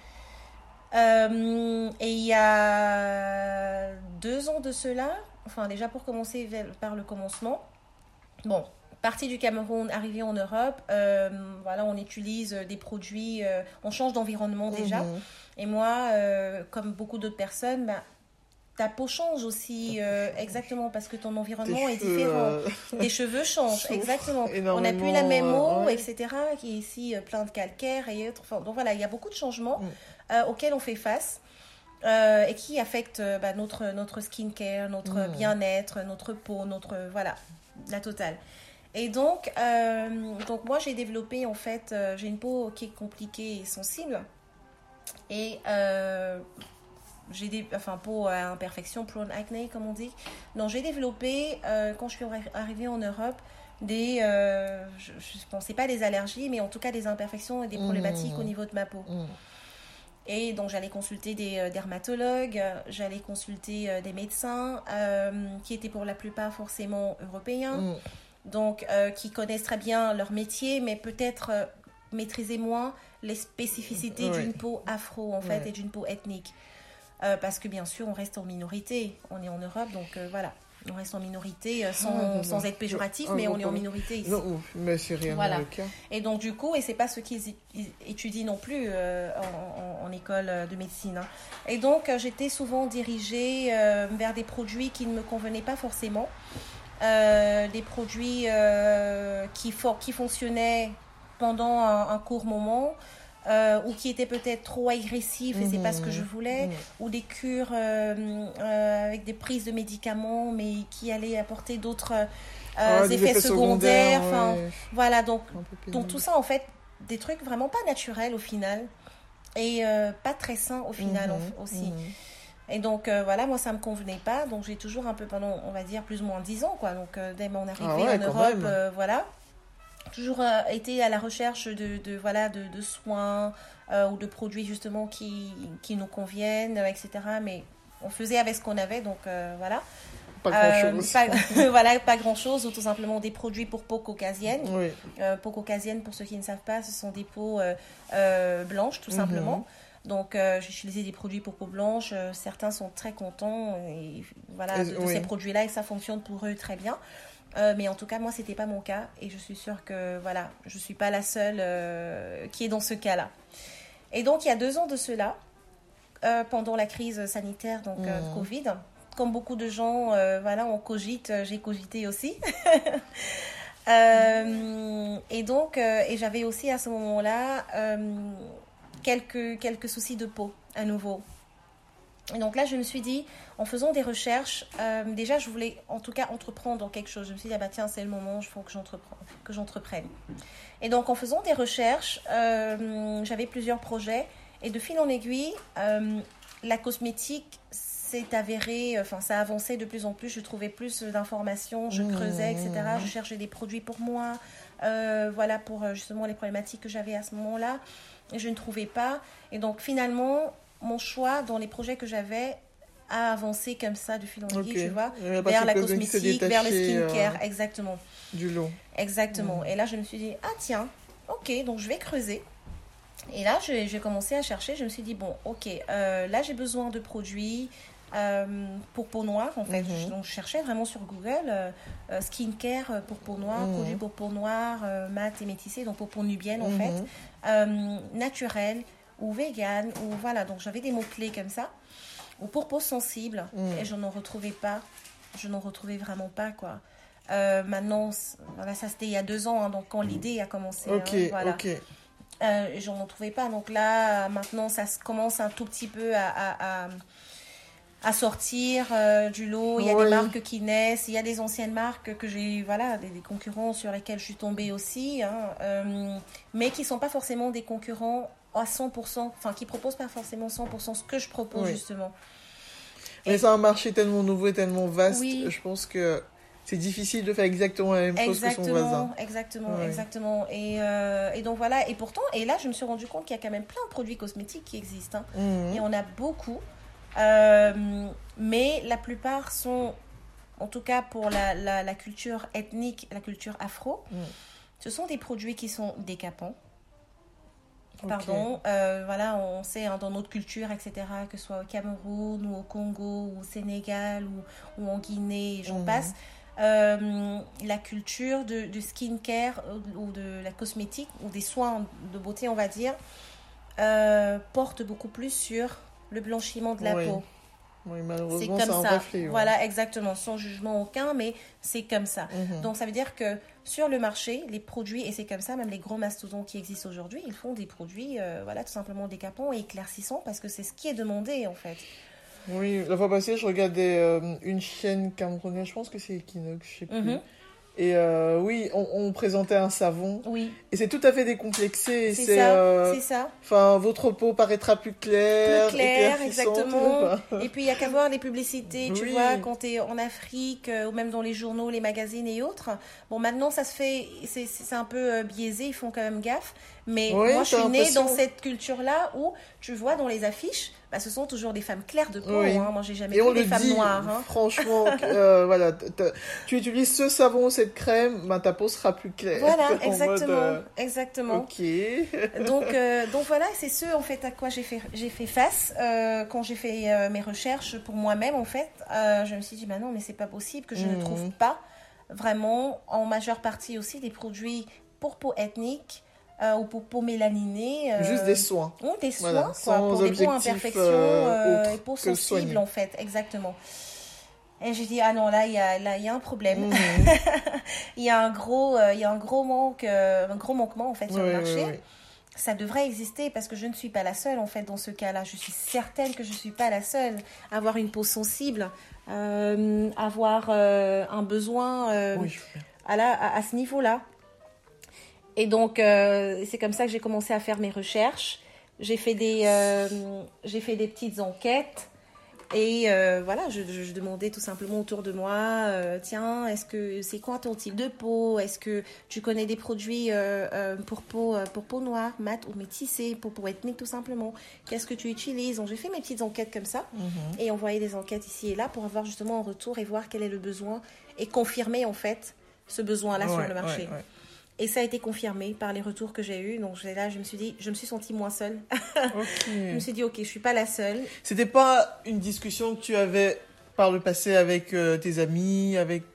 Euh, et il y a deux ans de cela, enfin déjà pour commencer vers- par le commencement, bon, partie du Cameroun, arrivée en Europe, euh, voilà, on utilise des produits, euh, on change d'environnement déjà. Mhm. Et moi, euh, comme beaucoup d'autres personnes, bah, ta peau change aussi, euh, exactement, parce que ton environnement Tes est cheveux, différent. euh, Tes cheveux changent, souffrent exactement. On n'a énormément, plus la même euh, eau, ouais. et cetera, qui est ici euh, plein de calcaire et autres. Enfin, donc voilà, il y a beaucoup de changements Mm. euh, auxquels on fait face euh, et qui affectent euh, bah, notre, notre skincare, notre Mm. bien-être, notre peau, notre... Voilà, la totale. Et donc, euh, donc moi, j'ai développé, en fait, euh, j'ai une peau qui est compliquée et sensible. Et euh, j'ai des enfin peau à imperfection, prone acné comme on dit. Donc j'ai développé euh, quand je suis arri- arrivée en Europe des euh, je, je pensais pas des allergies mais en tout cas des imperfections et des problématiques Mmh. au niveau de ma peau. Mm. Et donc j'allais consulter des euh, dermatologues, euh, j'allais consulter euh, des médecins euh, qui étaient pour la plupart forcément européens. Mm. Donc euh, qui connaissent très bien leur métier mais peut-être euh, maîtriser moins les spécificités Ouais. d'une peau afro, en fait, Ouais. et d'une peau ethnique. Euh, parce que, bien sûr, on reste en minorité. On est en Europe, donc euh, voilà. On reste en minorité, euh, sans, Ah, sans d'accord. être péjoratif, Ah, mais on bon, est en bon. minorité ici. Non, mais c'est réellement Voilà. le cas. Et donc, du coup, et c'est pas ce qu'ils ils étudient non plus euh, en, en- en école de médecine, hein. Et donc, euh, j'étais souvent dirigée euh, vers des produits qui ne me convenaient pas forcément. Euh, des produits euh, qui, for- qui fonctionnaient pendant un, un court moment, euh, ou qui étaient peut-être trop agressifs et c'est pas ce que je voulais, Mhm. ou des cures euh, euh, avec des prises de médicaments, mais qui allaient apporter d'autres euh, Ah, des effets, effets secondaires. secondaires, Enfin, ouais. voilà, donc, Un peu donc pénible. tout ça, en fait, des trucs vraiment pas naturels au final, et euh, pas très sains au final Mhm, en- aussi. mhm. Et donc, euh, voilà, moi, ça me convenait pas. Donc, j'ai toujours un peu pendant, on va dire, plus ou moins dix ans, quoi. Donc, euh, dès mon arrivée Ah ouais, en quand Europe, même. euh, voilà. Toujours euh, été à la recherche de, de, voilà, de, de soins euh, ou de produits, justement, qui, qui nous conviennent, euh, et cetera. Mais on faisait avec ce qu'on avait, donc, euh, voilà. Pas Euh, grand-chose. pas, voilà, pas grand-chose, ou tout simplement des produits pour peau caucasienne. Oui. Euh, peau caucasienne, pour ceux qui ne savent pas, ce sont des peaux euh, euh, blanches, tout Mhm. simplement. Donc, euh, j'ai utilisé des produits pour peau blanche. Euh, certains sont très contents et, voilà, Et- de, de oui. ces produits-là, et ça fonctionne pour eux très bien. Euh, mais en tout cas, moi, c'était pas mon cas, et je suis sûre que voilà, je suis pas la seule euh, qui est dans ce cas-là. Et donc, il y a deux ans de cela, euh, pendant la crise sanitaire, donc euh, Mhm. Covid, comme beaucoup de gens, euh, voilà, on cogite, euh, j'ai cogité aussi. Euh, et donc, euh, et j'avais aussi à ce moment-là euh, quelques, quelques soucis de peau à nouveau. Et donc là, je me suis dit, en faisant des recherches, euh, déjà, je voulais en tout cas entreprendre dans quelque chose. Je me suis dit, ah bah tiens, c'est le moment, il faut que j'entreprenne, que j'entreprenne. Et donc, en faisant des recherches, euh, j'avais plusieurs projets. Et de fil en aiguille, euh, la cosmétique s'est avérée, enfin, ça avançait de plus en plus. Je trouvais plus d'informations, je creusais, et cetera. Je cherchais des produits pour moi, euh, voilà, pour euh, justement les problématiques que j'avais à ce moment-là. Et je ne trouvais pas. Et donc, finalement, mon choix dans les projets que j'avais a avancé comme ça de fil en aiguille, Ok. tu vois, Il y a pas vers cette la personne qui s'est cosmétique, vers le détachée, skincare, euh, exactement. du lot. Exactement. Mhm. Et là, je me suis dit, ah tiens, ok, donc je vais creuser. Et là, j'ai j'ai commencé à chercher. Je me suis dit, bon, ok, euh, là, j'ai besoin de produits euh, pour peau noire, en fait. Mhm. Je, donc, je cherchais vraiment sur Google euh, euh, skincare pour peau noire, Mhm. produits pour peau noire, euh, mat et métissé, donc pour peau nubienne, en Mhm. fait. Euh, naturel ou vegan, ou voilà. Donc, j'avais des mots-clés comme ça. Ou pour peau sensible, Mhm. et je n'en retrouvais pas. Je n'en retrouvais vraiment pas, quoi. Euh, maintenant, c- voilà, ça c'était il y a deux ans, hein, donc quand l'idée a commencé. Ok, hein, voilà. ok. Euh, et j'en trouvais pas. Donc là, maintenant, ça se commence un tout petit peu à, à, à, à sortir euh, du lot. Il y a Oui. des marques qui naissent. Il y a des anciennes marques que j'ai, voilà, des, des concurrents sur lesquels je suis tombée aussi, hein, euh, mais qui sont pas forcément des concurrents à cent pour cent, enfin, qui proposent pas forcément cent pour cent ce que je propose, Oui. justement. Mais Et- c'est un marché tellement nouveau et tellement vaste, Oui. je pense que c'est difficile de faire exactement la même chose que son voisin. Exactement, exactement, Ouais. exactement. Et, euh, et donc voilà, et pourtant, et là je me suis rendu compte qu'il y a quand même plein de produits cosmétiques qui existent, hein. Mhm. Et on a beaucoup, Euh, mais la plupart sont, en tout cas pour la, la, la culture ethnique, la culture afro, Mm. ce sont des produits qui sont décapants. Ok. Pardon, euh, voilà, on sait, hein, dans notre culture, et cetera, que ce soit au Cameroun ou au Congo ou au Sénégal ou, ou en Guinée, et j'en Mhm. passe, euh, la culture de, de skincare ou de la cosmétique ou des soins de beauté, on va dire, euh, porte beaucoup plus sur le blanchiment de la Oui. peau. Oui, C'est malheureusement, comme c'est un ça. reflet. ouais. Voilà, exactement, sans jugement aucun, mais c'est comme ça. Mhm. Donc ça veut dire que sur le marché, les produits, et c'est comme ça, même les gros mastodontes qui existent aujourd'hui, ils font des produits, euh, voilà, tout simplement décapants et éclaircissants parce que c'est ce qui est demandé en fait. Oui, la fois passée, je regardais euh, une chaîne camerounaise, je pense que c'est Equinox, je sais plus. Mhm. Et euh, oui, on, on présentait un savon. Oui, Et c'est tout à fait décomplexé. c'est C'est, ça, euh, c'est ça. Enfin, votre peau paraîtra plus claire, Plus clair, éclaircissante, exactement. enfin. Et puis il y a qu'à voir les publicités, tu Oui. vois, quand tu es en Afrique euh, ou même dans les journaux, les magazines et autres. Bon, maintenant ça se fait, c'est c'est un peu euh, biaisé, ils font quand même gaffe, Mais Oui, moi, je t'as suis née l'impression. dans cette culture-là où tu vois dans les affiches, bah, ce sont toujours des femmes claires de peau. Oui. Hein. Moi, j'ai jamais Et on vu des le femmes dit, noires. Hein. franchement, euh, voilà, t- t- tu utilises ce savon, cette crème, ben, ta peau sera plus claire. Voilà, En mode, exactement, euh, exactement. Ok. Donc, euh, donc voilà, c'est ce en fait à quoi j'ai fait, j'ai fait face euh, quand j'ai fait euh, mes recherches pour moi-même en fait. Euh, je me suis dit, bah non, mais c'est pas possible que je ne Mhm. trouve pas vraiment en majeure partie aussi des produits pour peau ethnique euh, ou pour peau mélaninée. euh, Juste des soins. Ou des soins, Voilà, quoi, sans pour des peaux objectif, imperfections euh, euh, autre et peaux que sensibles soigner. en fait, exactement. Et j'ai dit, ah non, là, il y a, là, il y a un problème. Mhm. Il y a un gros, euh, il y a un gros manque, euh, un gros manquement en fait sur Oui, le oui, marché. oui. Ça devrait exister parce que je ne suis pas la seule en fait dans ce cas-là. Je suis certaine que je ne suis pas la seule à avoir une peau sensible, euh, avoir euh, un besoin euh, Oui. à, la, à, à ce niveau-là. Et donc, euh, c'est comme ça que j'ai commencé à faire mes recherches. J'ai fait des, euh, j'ai fait des petites enquêtes. Et euh, voilà, je, je, je demandais tout simplement autour de moi, euh, tiens, est-ce que c'est quoi ton type de peau? Est-ce que tu connais des produits euh, euh, pour peau euh, pour peau noire, mate ou métissée, pour peau ethnique tout simplement? Qu'est-ce que tu utilises? Donc j'ai fait mes petites enquêtes comme ça Mhm. et envoyé des enquêtes ici et là pour avoir justement un retour et voir quel est le besoin et confirmer en fait ce besoin-là sur Ouais, le marché. ouais, ouais. Et ça a été confirmé par les retours que j'ai eus. Donc là, je me suis dit, je me suis sentie moins seule. Ok. Je me suis dit, ok, je suis pas la seule. C'était pas une discussion que tu avais par le passé avec euh, tes amis, avec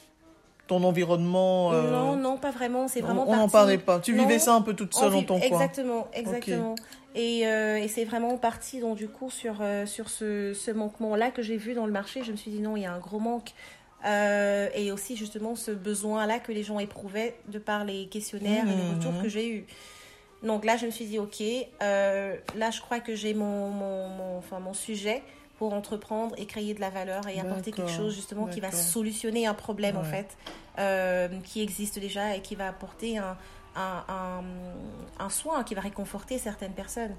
ton environnement euh, Non, non, pas vraiment. C'est vraiment on n'en parti. parlait pas. Tu Non, vivais ça un peu toute seule on en vit- ton coin. Exactement, exactement. Et, euh, et c'est vraiment parti donc du coup sur euh, sur ce, ce manquement-là que j'ai vu dans le marché. Je me suis dit non, il y a un gros manque. Euh, et aussi justement ce besoin-là que les gens éprouvaient de par les questionnaires et les Mhm. retours que j'ai eus. Donc là, je me suis dit ok, euh, là je crois que j'ai mon, mon, mon, enfin, mon sujet pour entreprendre et créer de la valeur et apporter D'accord, quelque chose justement qui va d'accord. solutionner un problème en Ouais. fait euh, qui existe déjà et qui va apporter un, un, un, un soin qui va réconforter certaines personnes.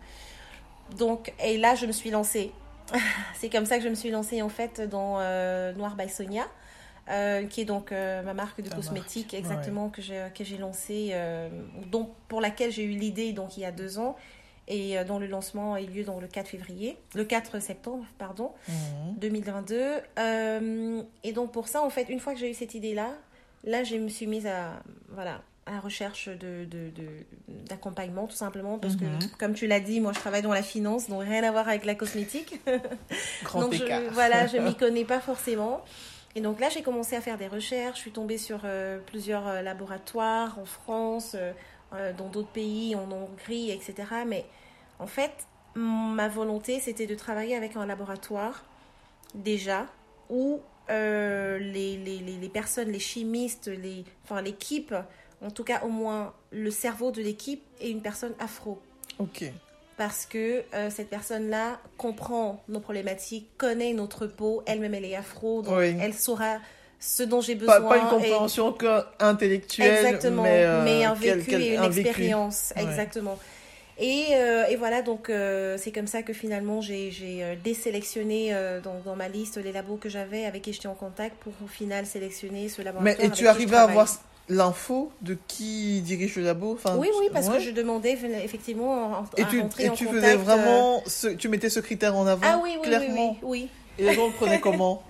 Donc, et là, je me suis lancée. C'est comme ça que je me suis lancée en fait dans euh, Noir by Sonia, euh, qui est donc euh, ma marque de Ta cosmétiques marque, exactement que j'ai que j'ai lancée, euh, dont pour laquelle j'ai eu l'idée donc il y a deux ans et euh, dont le lancement a eu lieu donc le quatre février, le quatre septembre pardon, Mhm. deux mille vingt-deux. Euh, et donc pour ça en fait, une fois que j'ai eu cette idée là, là je me suis mise à voilà à la recherche de, de, de- d'accompagnement tout simplement parce Mhm. que comme tu l'as dit, moi je travaille dans la finance donc rien à voir avec la cosmétique. Grand donc écart. je, voilà, je m'y connais pas forcément. Et donc là, j'ai commencé à faire des recherches. Je suis tombée sur euh, plusieurs euh, laboratoires en France, euh, euh, dans d'autres pays, en Hongrie, et cetera. Mais en fait, m- ma volonté, c'était de travailler avec un laboratoire déjà où euh, les, les, les, les personnes, les chimistes, les, enfin l'équipe, en tout cas au moins le cerveau de l'équipe est une personne afro. Ok. Parce que euh, cette personne-là comprend nos problématiques, connaît notre peau, elle-même elle est afro, donc Oui. elle saura ce dont j'ai besoin. Pas, pas une et- compréhension que intellectuelle, Exactement, mais, euh, mais un quel- vécu quel- et une un vécu. expérience, Ouais. exactement. Et, euh, et voilà, donc euh, c'est comme ça que finalement j'ai, j'ai euh, désélectionné euh, dans, dans ma liste les labos que j'avais, avec qui j'étais en contact, pour au final sélectionner ce Mais laboratoire. et avec tu qui je arrivais à travaille. avoir l'info de qui dirige le labo? Enfin, Oui, oui, parce ouais. que je demandais effectivement à, Et à tu, rentrer et en tu contact. faisais euh, vraiment, ce, tu mettais ce critère en avant, Ah oui, oui, oui, clairement. oui, oui. Et les gens le prenaient comment?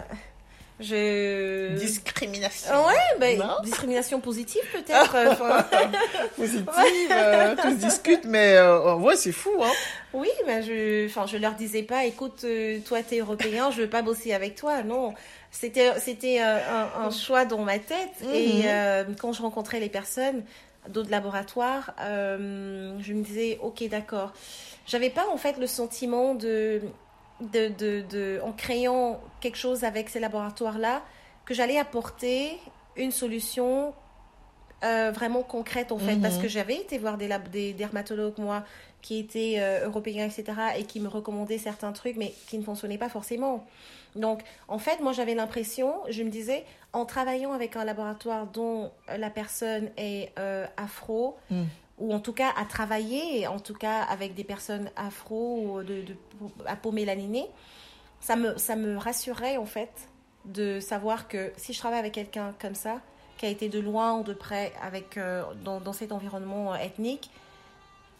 Je... Discrimination. Ah ouais, ben, Non. discrimination positive peut-être. euh, enfin, Positive, euh, tout se discute, mais euh, ouais, c'est fou, hein. oui, ben je, enfin, je leur disais pas, écoute, euh, toi t'es européen, je veux pas bosser avec toi. Non, c'était, c'était euh, un, un choix dans ma tête. Mhm. Et euh, quand je rencontrais les personnes d'autres laboratoires, euh, je me disais, ok, d'accord. J'avais pas en fait le sentiment de, de, de, de, en créant quelque chose avec ces laboratoires-là, que j'allais apporter une solution euh, vraiment concrète en fait, Mhm. parce que j'avais été voir des, lab- des dermatologues moi qui étaient euh, européens, et cetera, et qui me recommandaient certains trucs, mais qui ne fonctionnaient pas forcément. Donc, en fait, moi, j'avais l'impression, je me disais, en travaillant avec un laboratoire dont euh, la personne est euh, afro, Mm. ou en tout cas à travailler, en tout cas avec des personnes afro ou de, de, à peau mélaninée, ça me, ça me rassurait en fait de savoir que si je travaille avec quelqu'un comme ça, qui a été de loin ou de près avec, euh, dans, dans cet environnement euh, ethnique,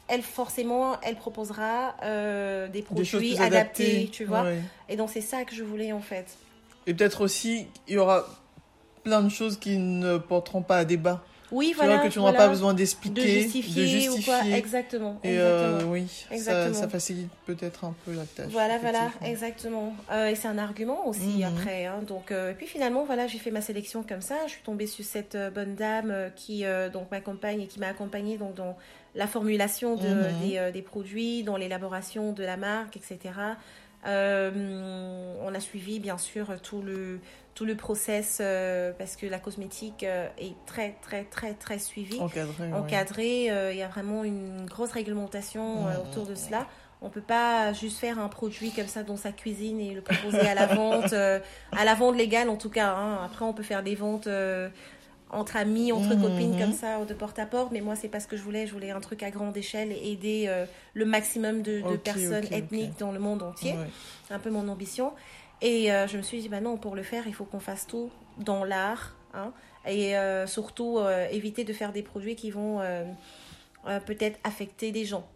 elle forcément, elle proposera euh, des produits Des choses plus adaptés, adaptées, tu vois. ouais. Et donc c'est ça que je voulais en fait. Et peut-être aussi, il y aura plein de choses qui ne porteront pas à débat. Oui, Tu voilà. vois, que tu n'auras voilà. pas besoin d'expliquer, de justifier, de justifier. ou quoi. Exactement. Et exactement. euh, oui, Exactement. Ça, ça facilite peut-être un peu la tâche. Voilà, voilà, effectivement. exactement. Euh, et c'est un argument aussi Mhm. après. Hein. Donc, euh, et puis finalement, voilà, j'ai fait ma sélection comme ça. Je suis tombée sur cette euh, bonne dame euh, qui euh, donc m'accompagne et qui m'a accompagnée donc dans la formulation de, Mhm. des, euh, des produits, dans l'élaboration de la marque, et cetera. Euh, on a suivi bien sûr tout le tout le process euh, parce que la cosmétique euh, est très très très très suivie, Encadré. encadrée. Euh, il y a vraiment une grosse réglementation euh, Mhm. autour de cela. On peut pas juste faire un produit comme ça dans sa cuisine et le proposer à la vente, euh, à la vente légale en tout cas. Hein. Après, on peut faire des ventes euh, entre amis, entre Mhm. copines comme ça, de porte à porte. Mais moi, c'est pas ce que je voulais. Je voulais un truc à grande échelle et aider euh, le maximum de, de Ok, personnes ok, ethniques ok. dans le monde entier. Ouais. C'est un peu mon ambition. Et euh, je me suis dit, bah non, pour le faire, il faut qu'on fasse tout dans l'art. Hein, et euh, surtout, euh, éviter de faire des produits qui vont euh, euh, peut-être affecter des gens.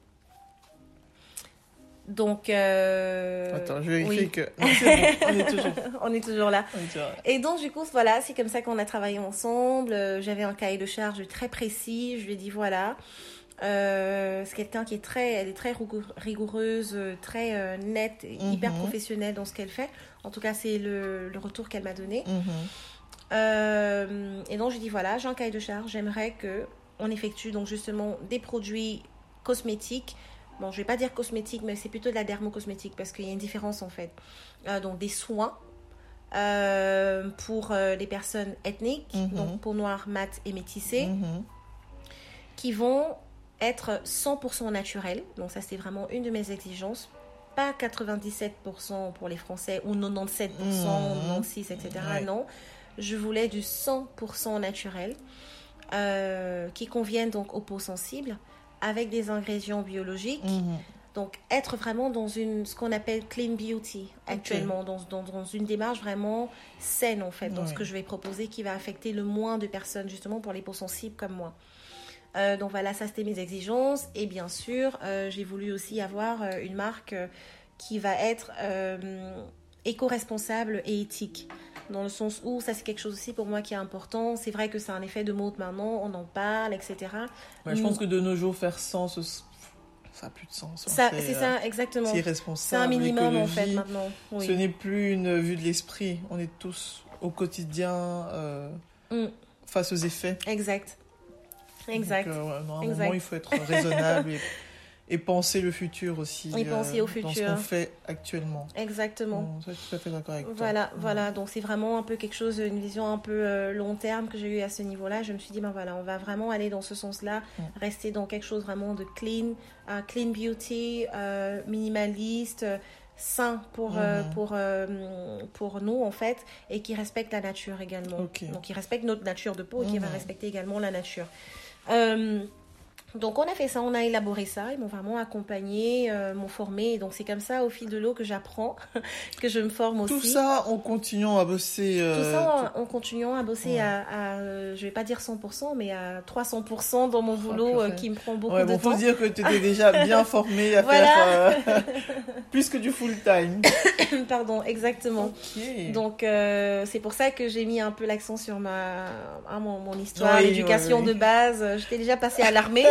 Donc, euh... Attends, je vérifie oui. que. Non, c'est bon, on est toujours. on est toujours là. On est toujours là. Et donc, du coup, voilà, c'est comme ça qu'on a travaillé ensemble. Euh, J'avais un cahier de charge très précis. Je lui ai dit, voilà, euh, c'est quelqu'un qui est très, elle est très rigoureuse, très euh, nette, et Mhm. hyper professionnelle dans ce qu'elle fait. En tout cas, c'est le, le retour qu'elle m'a donné. Mhm. Euh, et donc, je lui ai dit, voilà, j'ai un cahier de charge. J'aimerais que on effectue donc justement des produits cosmétiques. Bon, je vais pas dire cosmétique, mais c'est plutôt de la dermocosmétique parce qu'il y a une différence en fait. Euh, donc des soins euh, pour euh, les personnes ethniques, Mhm. donc peau noire, mat et métissée, Mhm. qui vont être cent pour cent naturelles. Donc ça, c'est vraiment une de mes exigences. Pas quatre-vingt-dix-sept pour cent pour les Français ou quatre-vingt-dix-sept pour cent, Mhm. quatre-vingt-seize pour cent, et cetera. Ouais. Non, je voulais du cent pour cent naturel euh, qui conviennent donc aux peaux sensibles, avec des ingrédients biologiques. Mhm. Donc, être vraiment dans une, ce qu'on appelle clean beauty actuellement, okay. dans, dans, dans une démarche vraiment saine en fait, dans ouais. ce que je vais proposer qui va affecter le moins de personnes justement pour les peaux sensibles comme moi. Euh, donc voilà, ça c'était mes exigences. Et bien sûr, euh, j'ai voulu aussi avoir euh, une marque euh, qui va être euh, éco-responsable et éthique. Dans le sens où, ça c'est quelque chose aussi pour moi qui est important. C'est vrai que c'est un effet de mode maintenant, on en parle, et cetera. Ouais, je pense que de nos jours, faire sans, ça n'a plus de sens. Ça, c'est, c'est ça, exactement. C'est irresponsable. C'est un minimum en fait maintenant. Oui. Ce n'est plus une vue de l'esprit. On est tous au quotidien euh, mm. face aux effets. Exact. Exact. Donc, euh, ouais, non, à un exact. moment, il faut être raisonnable et, et penser le futur aussi. Et penser euh, au futur. Dans ce qu'on fait actuellement. Exactement. Bon, ça, je suis tout à fait d'accord avec toi. Voilà, mmh. voilà. Donc, c'est vraiment un peu quelque chose, une vision un peu euh, long terme que j'ai eu à ce niveau-là. Je me suis dit, ben voilà, on va vraiment aller dans ce sens-là, mmh. rester dans quelque chose vraiment de clean, uh, clean beauty, euh, minimaliste, euh, sain pour, mmh. euh, pour, euh, pour nous, en fait, et qui respecte la nature également. Okay. Donc, qui respecte notre nature de peau et mmh. qui va respecter également la nature. Euh, donc on a fait ça, on a élaboré ça, ils m'ont vraiment accompagné, euh, m'ont formé, donc c'est comme ça au fil de l'eau que j'apprends, que je me forme aussi. Tout ça en continuant à bosser. Euh, tout ça en, en continuant à bosser ouais. à, à euh, je vais pas dire cent pour cent, mais à trois cents pour cent dans mon boulot oh, euh, qui me prend beaucoup ouais, de bon, temps. Faut dire que tu étais déjà bien formée à voilà. faire euh, plus que du full time. Pardon, exactement. Okay. Donc euh, c'est pour ça que j'ai mis un peu l'accent sur ma, hein, mon, mon histoire, oui, l'éducation oui, oui. de base. J'étais déjà passée à l'armée.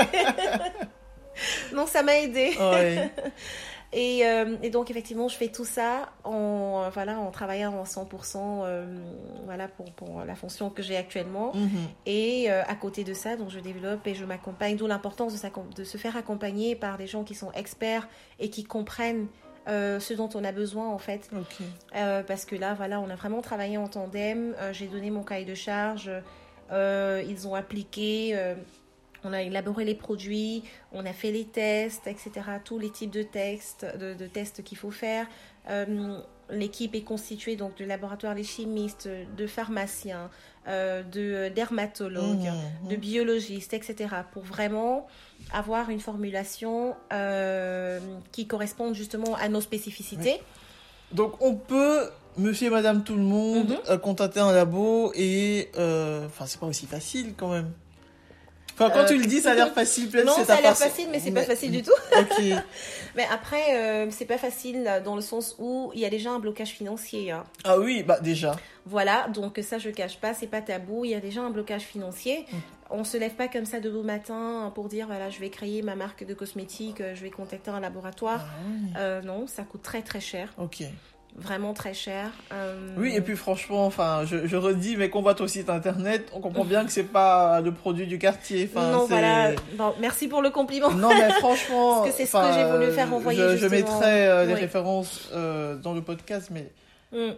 Donc ça m'a aidée. Oui. et, euh, et donc effectivement je fais tout ça en, voilà, en travaillant en cent pour cent euh, voilà, pour, pour la fonction que j'ai actuellement. Mm-hmm. Et euh, à côté de ça, donc, je développe et je m'accompagne, d'où l'importance de, de se faire accompagner par des gens qui sont experts et qui comprennent euh, ce dont on a besoin en fait. Okay. Euh, parce que là voilà, on a vraiment travaillé en tandem. Euh, j'ai donné mon cahier de charge, euh, ils ont appliqué, euh, on a élaboré les produits, on a fait les tests, et cetera. Tous les types de tests, de, de tests qu'il faut faire. Euh, l'équipe est constituée donc de laboratoires, les chimistes, de pharmaciens, euh, de dermatologues, mmh, de biologistes, et cetera. Pour vraiment avoir une formulation euh, qui corresponde justement à nos spécificités. Oui. Donc on peut, monsieur et madame tout le monde, mmh. euh, contacter un labo et... Enfin, euh, c'est pas aussi facile quand même. Enfin, quand Euh, tu le dis, ça a l'air facile. Peut-être Non, c'est ça ta a l'air façon. facile, mais c'est Mais- pas facile du tout. Ok. Mais après, euh, c'est pas facile là, dans le sens où il y a déjà un blocage financier. Hein. Ah oui, bah déjà. Voilà, donc ça je cache pas, c'est pas tabou, il y a déjà un blocage financier. Mm. On se lève pas comme ça de beau matin pour dire voilà, je vais créer ma marque de cosmétiques, euh, je vais contacter un laboratoire. Ah oui. Euh, non, ça coûte très très cher, Ok. vraiment très cher. Euh, Oui, et puis franchement, enfin, je, je redis, mais qu'on voit ton site internet, on comprend bien que c'est pas le produit du quartier. Enfin, non, c'est... voilà, bon, merci pour le compliment. Non, mais franchement, Parce que c'est ce enfin, que j'ai voulu faire envoyer, Je, je justement. mettrai euh, les Oui. références euh, dans le podcast, mais Mm.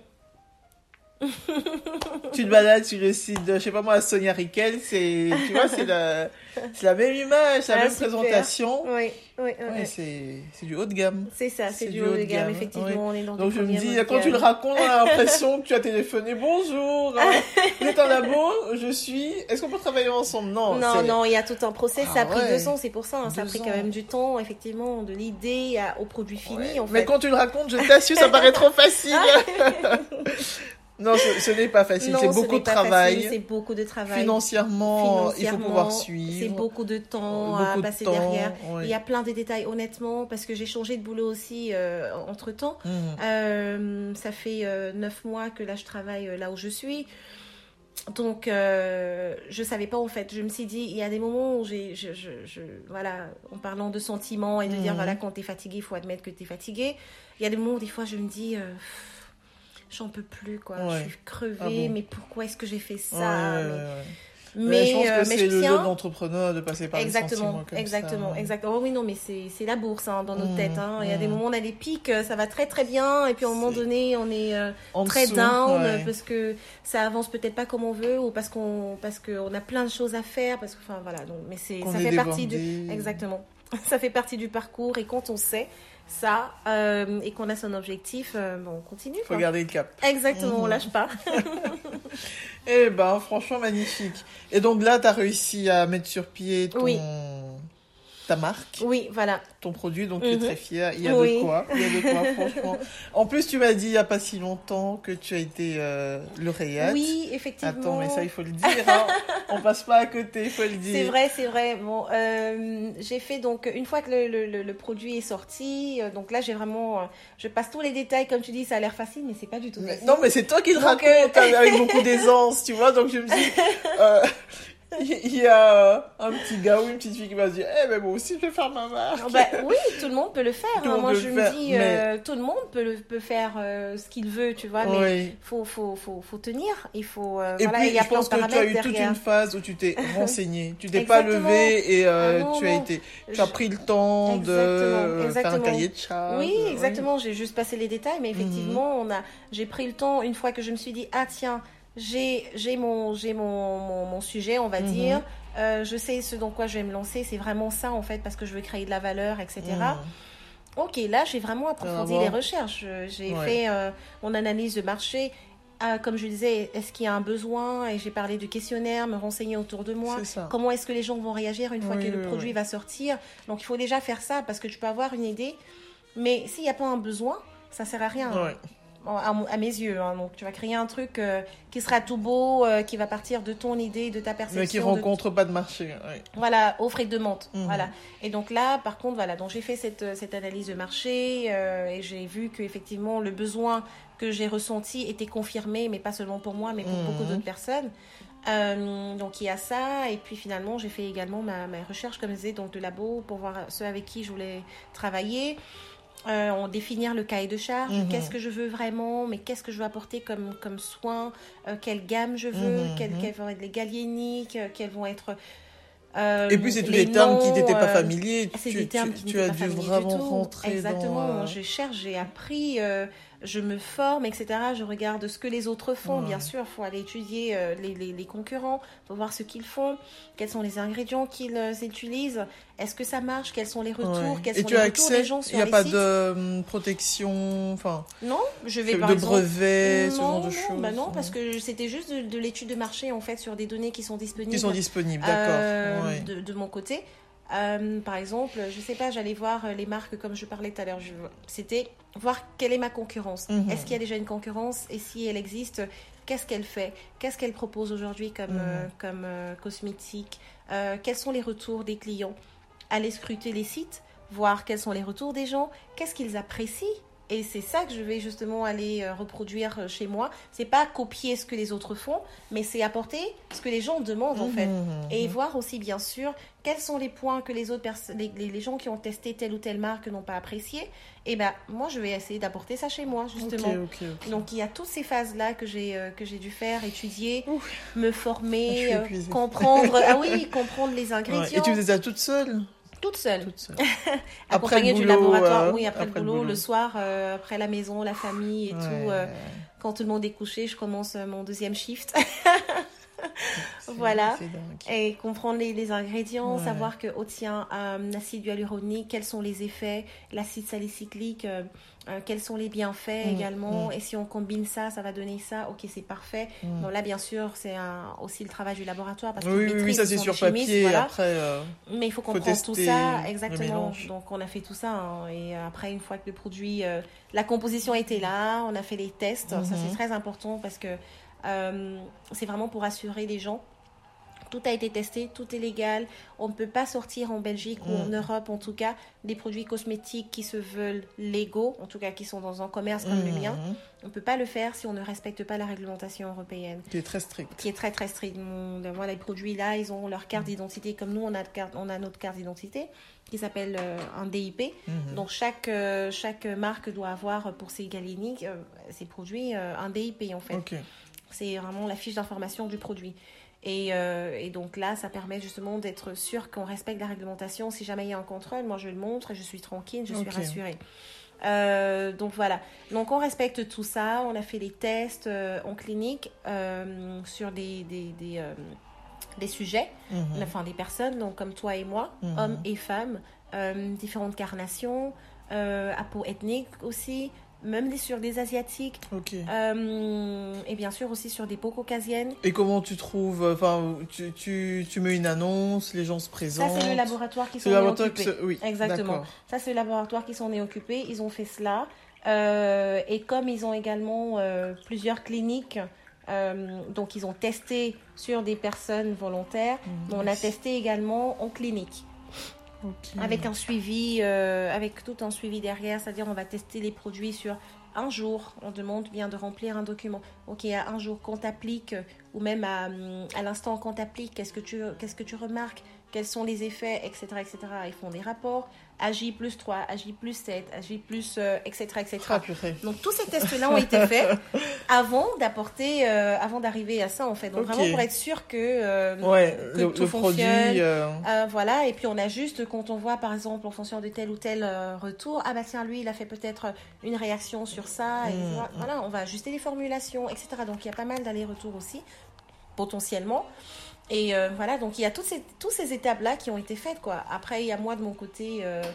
tu te balades sur le site de, je sais pas moi, Sonia Riquel, c'est, tu vois, c'est la, c'est la même image, la Ah, même super. présentation. Oui, oui, oui, Ouais, oui. c'est, c'est du haut de gamme. C'est ça, c'est du haut de gamme, effectivement, ouais. on est dans Donc du je me premier dis, haut de quand tu le gamme. racontes, on a l'impression que tu as téléphoné. Bonjour, hein, vous êtes un labo, je suis. Est-ce qu'on peut travailler ensemble? Non. Non, c'est... non, il y a tout un process. Ah ça a pris ouais. deux ans, c'est pour ça. hein, Ça a Deux pris ans. quand même du temps, effectivement, de l'idée à- au produit fini, Ouais. en fait. Mais quand tu le racontes, je t'assure, ça paraît trop facile. Non, ce, ce n'est pas facile. Non, C'est ce beaucoup n'est de pas travail. facile, c'est beaucoup de travail. Financièrement, il faut Financièrement, pouvoir C'est suivre. beaucoup de temps Beaucoup à de passer temps, derrière. ouais. Il y a plein de détails, honnêtement, parce que j'ai changé de boulot aussi euh, entre-temps. Mmh. Euh, ça fait euh, neuf mois que là, je travaille euh, là où je suis. Donc, euh, je savais pas en fait. Je me suis dit, il y a des moments où j'ai, je, je, je- voilà, en parlant de sentiments et de dire, Mhm. voilà, quand t'es fatigué, il faut admettre que t'es fatigué. Il y a des moments où des fois, je me dis, euh, pff, j'en peux plus, quoi. Ouais. Je suis crevée, Ah bon. mais pourquoi est-ce que j'ai fait ça? Ouais, ouais, mais, ouais. mais, Mais je pense euh, que mais c'est je le tiens. lot d'entrepreneur de passer par les Exactement, sentiments comme exactement, ça. exactement. Oh oui, non, mais c'est, c'est la bourse hein, dans notre Mmh, tête. Hein. Il y a des mmh. moments, on a des pics, euh, ça va très très bien, et puis à un moment C'est- donné, on est euh, En très dessous, down ouais. euh, parce que ça avance peut-être pas comme on veut ou parce qu'on parce qu'on a plein de choses à faire, parce que enfin voilà. Donc, mais c'est Qu'on ça est fait partie du débordé. exactement. Ça fait partie du parcours et quand on sait ça euh, et qu'on a son objectif, euh, bon, on continue. Faut quoi. garder le cap. Exactement, on Mhm. lâche pas. Eh ben, franchement, magnifique. Et donc là, tu as réussi à mettre sur pied ton... Oui. ta marque, Oui, voilà. ton produit, donc tu es Mhm. très fière. Il y a Oui. de quoi, il y a de quoi, franchement. En plus, tu m'as dit il n'y a pas si longtemps que tu as été euh, lauréate. Oui, effectivement. Attends, mais ça, il faut le dire. Hein. On passe pas à côté, il faut le dire. C'est vrai, c'est vrai. Bon, euh, j'ai fait donc une fois que le, le, le- le produit est sorti, euh, donc là j'ai vraiment, euh, je passe tous les détails comme tu dis, ça a l'air facile, mais c'est pas du tout Mais- facile. non, mais c'est toi qui le Donc, racontes euh, avec beaucoup d'aisance, tu vois. Donc je me dis, euh, il y a euh, un petit gars ou une petite fille qui va se dire, eh ben moi aussi je vais faire ma marque. Ah bah, oui, tout le monde peut le faire. Tout le hein. monde Moi, peut je le me faire, dis, mais- euh, tout le monde peut, le, peut faire euh, ce qu'il veut, tu vois, mais Oui. faut, faut, faut, faut tenir. Il faut, euh, Et voilà, puis, il y a je plein pense de que tu as paramètres eu toute derrière. une phase où tu t'es renseigné. Tu t'es pas Exactement. levé et euh, Ah non, tu as non. été, tu as Je- pris le temps de Exactement, euh, faire un exactement. cahier de charges. Oui, exactement. J'ai juste passé les détails, mais effectivement, on a, j'ai pris le temps une fois que je me suis dit, ah tiens, j'ai, j'ai mon, j'ai mon, mon, mon sujet, on va Mhm. dire. Euh, je sais ce dans quoi je vais me lancer. C'est vraiment ça en fait, parce que je veux créer de la valeur, et cetera. Mmh. Ok, là, j'ai vraiment approfondi Ah bon. les recherches. Je- J'ai Ouais. fait euh, mon analyse de marché. Ah, comme je disais, est-ce qu'il y a un besoin? Et j'ai parlé du questionnaire, me renseigner autour de moi. C'est ça. Comment est-ce que les gens vont réagir une fois Oui, que le oui, produit oui. va sortir? Donc, il faut déjà faire ça parce que tu peux avoir une idée. Mais s'il n'y a pas un besoin, ça sert à rien. Ouais. À, mon- à mes yeux. hein. Donc, tu vas créer un truc euh, qui sera tout beau, euh, qui va partir de ton idée, de ta perception. Mais qui de- rencontre pas de marché. Ouais. voilà, offre et demande. Mhm. Voilà. Et donc là, par contre, voilà, donc j'ai fait cette, cette analyse de marché euh, et j'ai vu qu'effectivement, le besoin que j'ai ressenti était confirmé, mais pas seulement pour moi, mais pour Mhm. beaucoup d'autres personnes. Euh, donc il y a ça. Et puis finalement, j'ai fait également ma, ma recherche, comme je disais, donc de labo pour voir ceux avec qui je voulais travailler. Euh, on définir le cahier de charge, Mhm. qu'est-ce que je veux vraiment, mais qu'est-ce que je veux apporter comme, comme soin, euh, quelle gamme je veux, Mhm. quelles, quelles vont être les galéniques, euh, quels vont être... euh, Et puis c'est tous les, termes qui noms, t'étaient pas euh, familiers. c'est Tu, des termes tu- qui tu n'étaient as pas dû familiers vraiment du tout. rentrer Exactement, dans. euh, je cherche, j'ai appris, euh, je me forme, et cetera. Je regarde ce que les autres font, Ouais. bien sûr. Il faut aller étudier euh, les, les, les concurrents, il faut voir ce qu'ils font, quels sont les ingrédients qu'ils euh, utilisent, est-ce que ça marche, quels sont les retours, Ouais. quels Et sont tu les as retours accès, des gens il sur n'y a les pas sites. de hum, protection, enfin, Non, je vais de par exemple... brevets, ce non, genre de non, choses. bah non, parce que c'était juste de, de l'étude de marché en fait sur des données qui sont disponibles. Qui sont disponibles, d'accord. euh, Ouais. de, de mon côté. Euh, par exemple, je sais pas, j'allais voir les marques comme je parlais tout à l'heure. Je... C'était voir quelle est ma concurrence. Mm-hmm. Est-ce qu'il y a déjà une concurrence? Et si elle existe, qu'est-ce qu'elle fait? Qu'est-ce qu'elle propose aujourd'hui comme, mm-hmm. euh, comme euh, cosmétique? euh, Quels sont les retours des clients? Aller scruter les sites, voir quels sont les retours des gens, qu'est-ce qu'ils apprécient. Et c'est ça que je vais justement aller euh, reproduire chez moi. C'est pas copier ce que les autres font, mais c'est apporter ce que les gens demandent en mmh, fait. Mmh, et mmh. voir aussi bien sûr quels sont les points que les autres personnes, les, les, les gens qui ont testé telle ou telle marque n'ont pas apprécié. Et ben moi je vais essayer d'apporter ça chez moi justement. Okay, okay, okay. Donc il y a toutes ces phases là que j'ai euh, que j'ai dû faire, étudier, Ouf. me former, euh, comprendre. Ah oui, comprendre les ingrédients. Ouais. Et tu faisais ça toute seule? Toute seule. Toute seule. Accompagnée du laboratoire, euh, oui, après, après le, boulot, le boulot, le soir, euh, après la maison, la famille et ouais. tout. Euh, quand tout le monde est couché, je commence euh, mon deuxième shift. Voilà. Et comprendre les, les ingrédients, ouais. savoir que, oh tiens, euh, l'acide hyaluronique, quels sont les effets, l'acide salicylique, euh, euh, quels sont les bienfaits mmh, également. Mmh. Et si on combine ça, ça va donner ça. Ok, c'est parfait. Mmh. Bon, là, bien sûr, c'est un, aussi le travail du laboratoire. Parce oui, oui, oui, ça c'est sur papier. Voilà. Après, euh, mais il faut comprendre faut tout ça. Exactement. Donc, on a fait tout ça. Hein. Et après, une fois que le produit, euh, la composition était là, on a fait les tests. Mmh. Ça, c'est très important parce que Euh, c'est vraiment pour assurer les gens. Tout a été testé, tout est légal. On ne peut pas sortir en Belgique mmh. ou en Europe, en tout cas, des produits cosmétiques qui se veulent légaux, en tout cas qui sont dans un commerce comme mmh. le mien. On ne peut pas le faire si on ne respecte pas la réglementation européenne. Qui est très stricte. Qui est très, très stricte. Moi, les produits là, ils ont leur carte d'identité, comme nous, on a, carte, on a notre carte d'identité qui s'appelle euh, un D I P. Mmh. Donc, chaque, euh, chaque marque doit avoir pour ses Galini, euh, ses produits, euh, un D I P, en fait. Ok. C'est vraiment la fiche d'information du produit. Et, euh, et donc là, ça permet justement d'être sûr qu'on respecte la réglementation. Si jamais il y a un contrôle, moi je le montre et je suis tranquille, je suis okay. rassurée. Euh, donc voilà. Donc on respecte tout ça. On a fait les tests euh, en clinique euh, sur des, des, des, euh, des sujets, mm-hmm. enfin des personnes, donc comme toi et moi, mm-hmm. hommes et femmes, euh, différentes carnations, euh, à peau ethnique aussi. Même sur des asiatiques, okay. euh, et bien sûr aussi sur des peaux caucasiennes. Et comment tu trouves, enfin, tu, tu, tu mets une annonce, les gens se présentent. Ça c'est le laboratoire qui s'en est occupé. Se... Oui, exactement. D'accord. Ça c'est le laboratoire qui s'en est occupé. Ils ont fait cela, euh, et comme ils ont également euh, plusieurs cliniques, euh, donc ils ont testé sur des personnes volontaires, mmh. mais on a testé également en clinique. Okay. Avec un suivi, euh, avec tout un suivi derrière, c'est-à-dire on va tester les produits sur un jour. On demande bien de remplir un document. Ok, à un jour, quand t'appliques, ou même à, à l'instant quand t'appliques, qu'est-ce que tu, qu'est-ce que tu remarques, quels sont les effets, et cetera, et cetera. Ils font des rapports. A J plus trois, A J plus sept, A J plus, euh, et cetera, et cetera. Ah, donc tous ces tests-là ont été faits avant d'apporter, euh, avant d'arriver à ça en fait. Donc okay. vraiment pour être sûr que, euh, ouais, que le, tout le fonctionne. Produit, euh... Euh, voilà. Et puis on a juste quand on voit par exemple en fonction de tel ou tel euh, retour, ah bah tiens lui il a fait peut-être une réaction sur ça. Et mmh. voilà, on va ajuster les formulations, et cetera. Donc il y a pas mal d'allers-retours aussi potentiellement. Et euh, voilà, donc il y a toutes ces, toutes ces étapes-là qui ont été faites, quoi. Après, il y a moi, de mon côté, euh,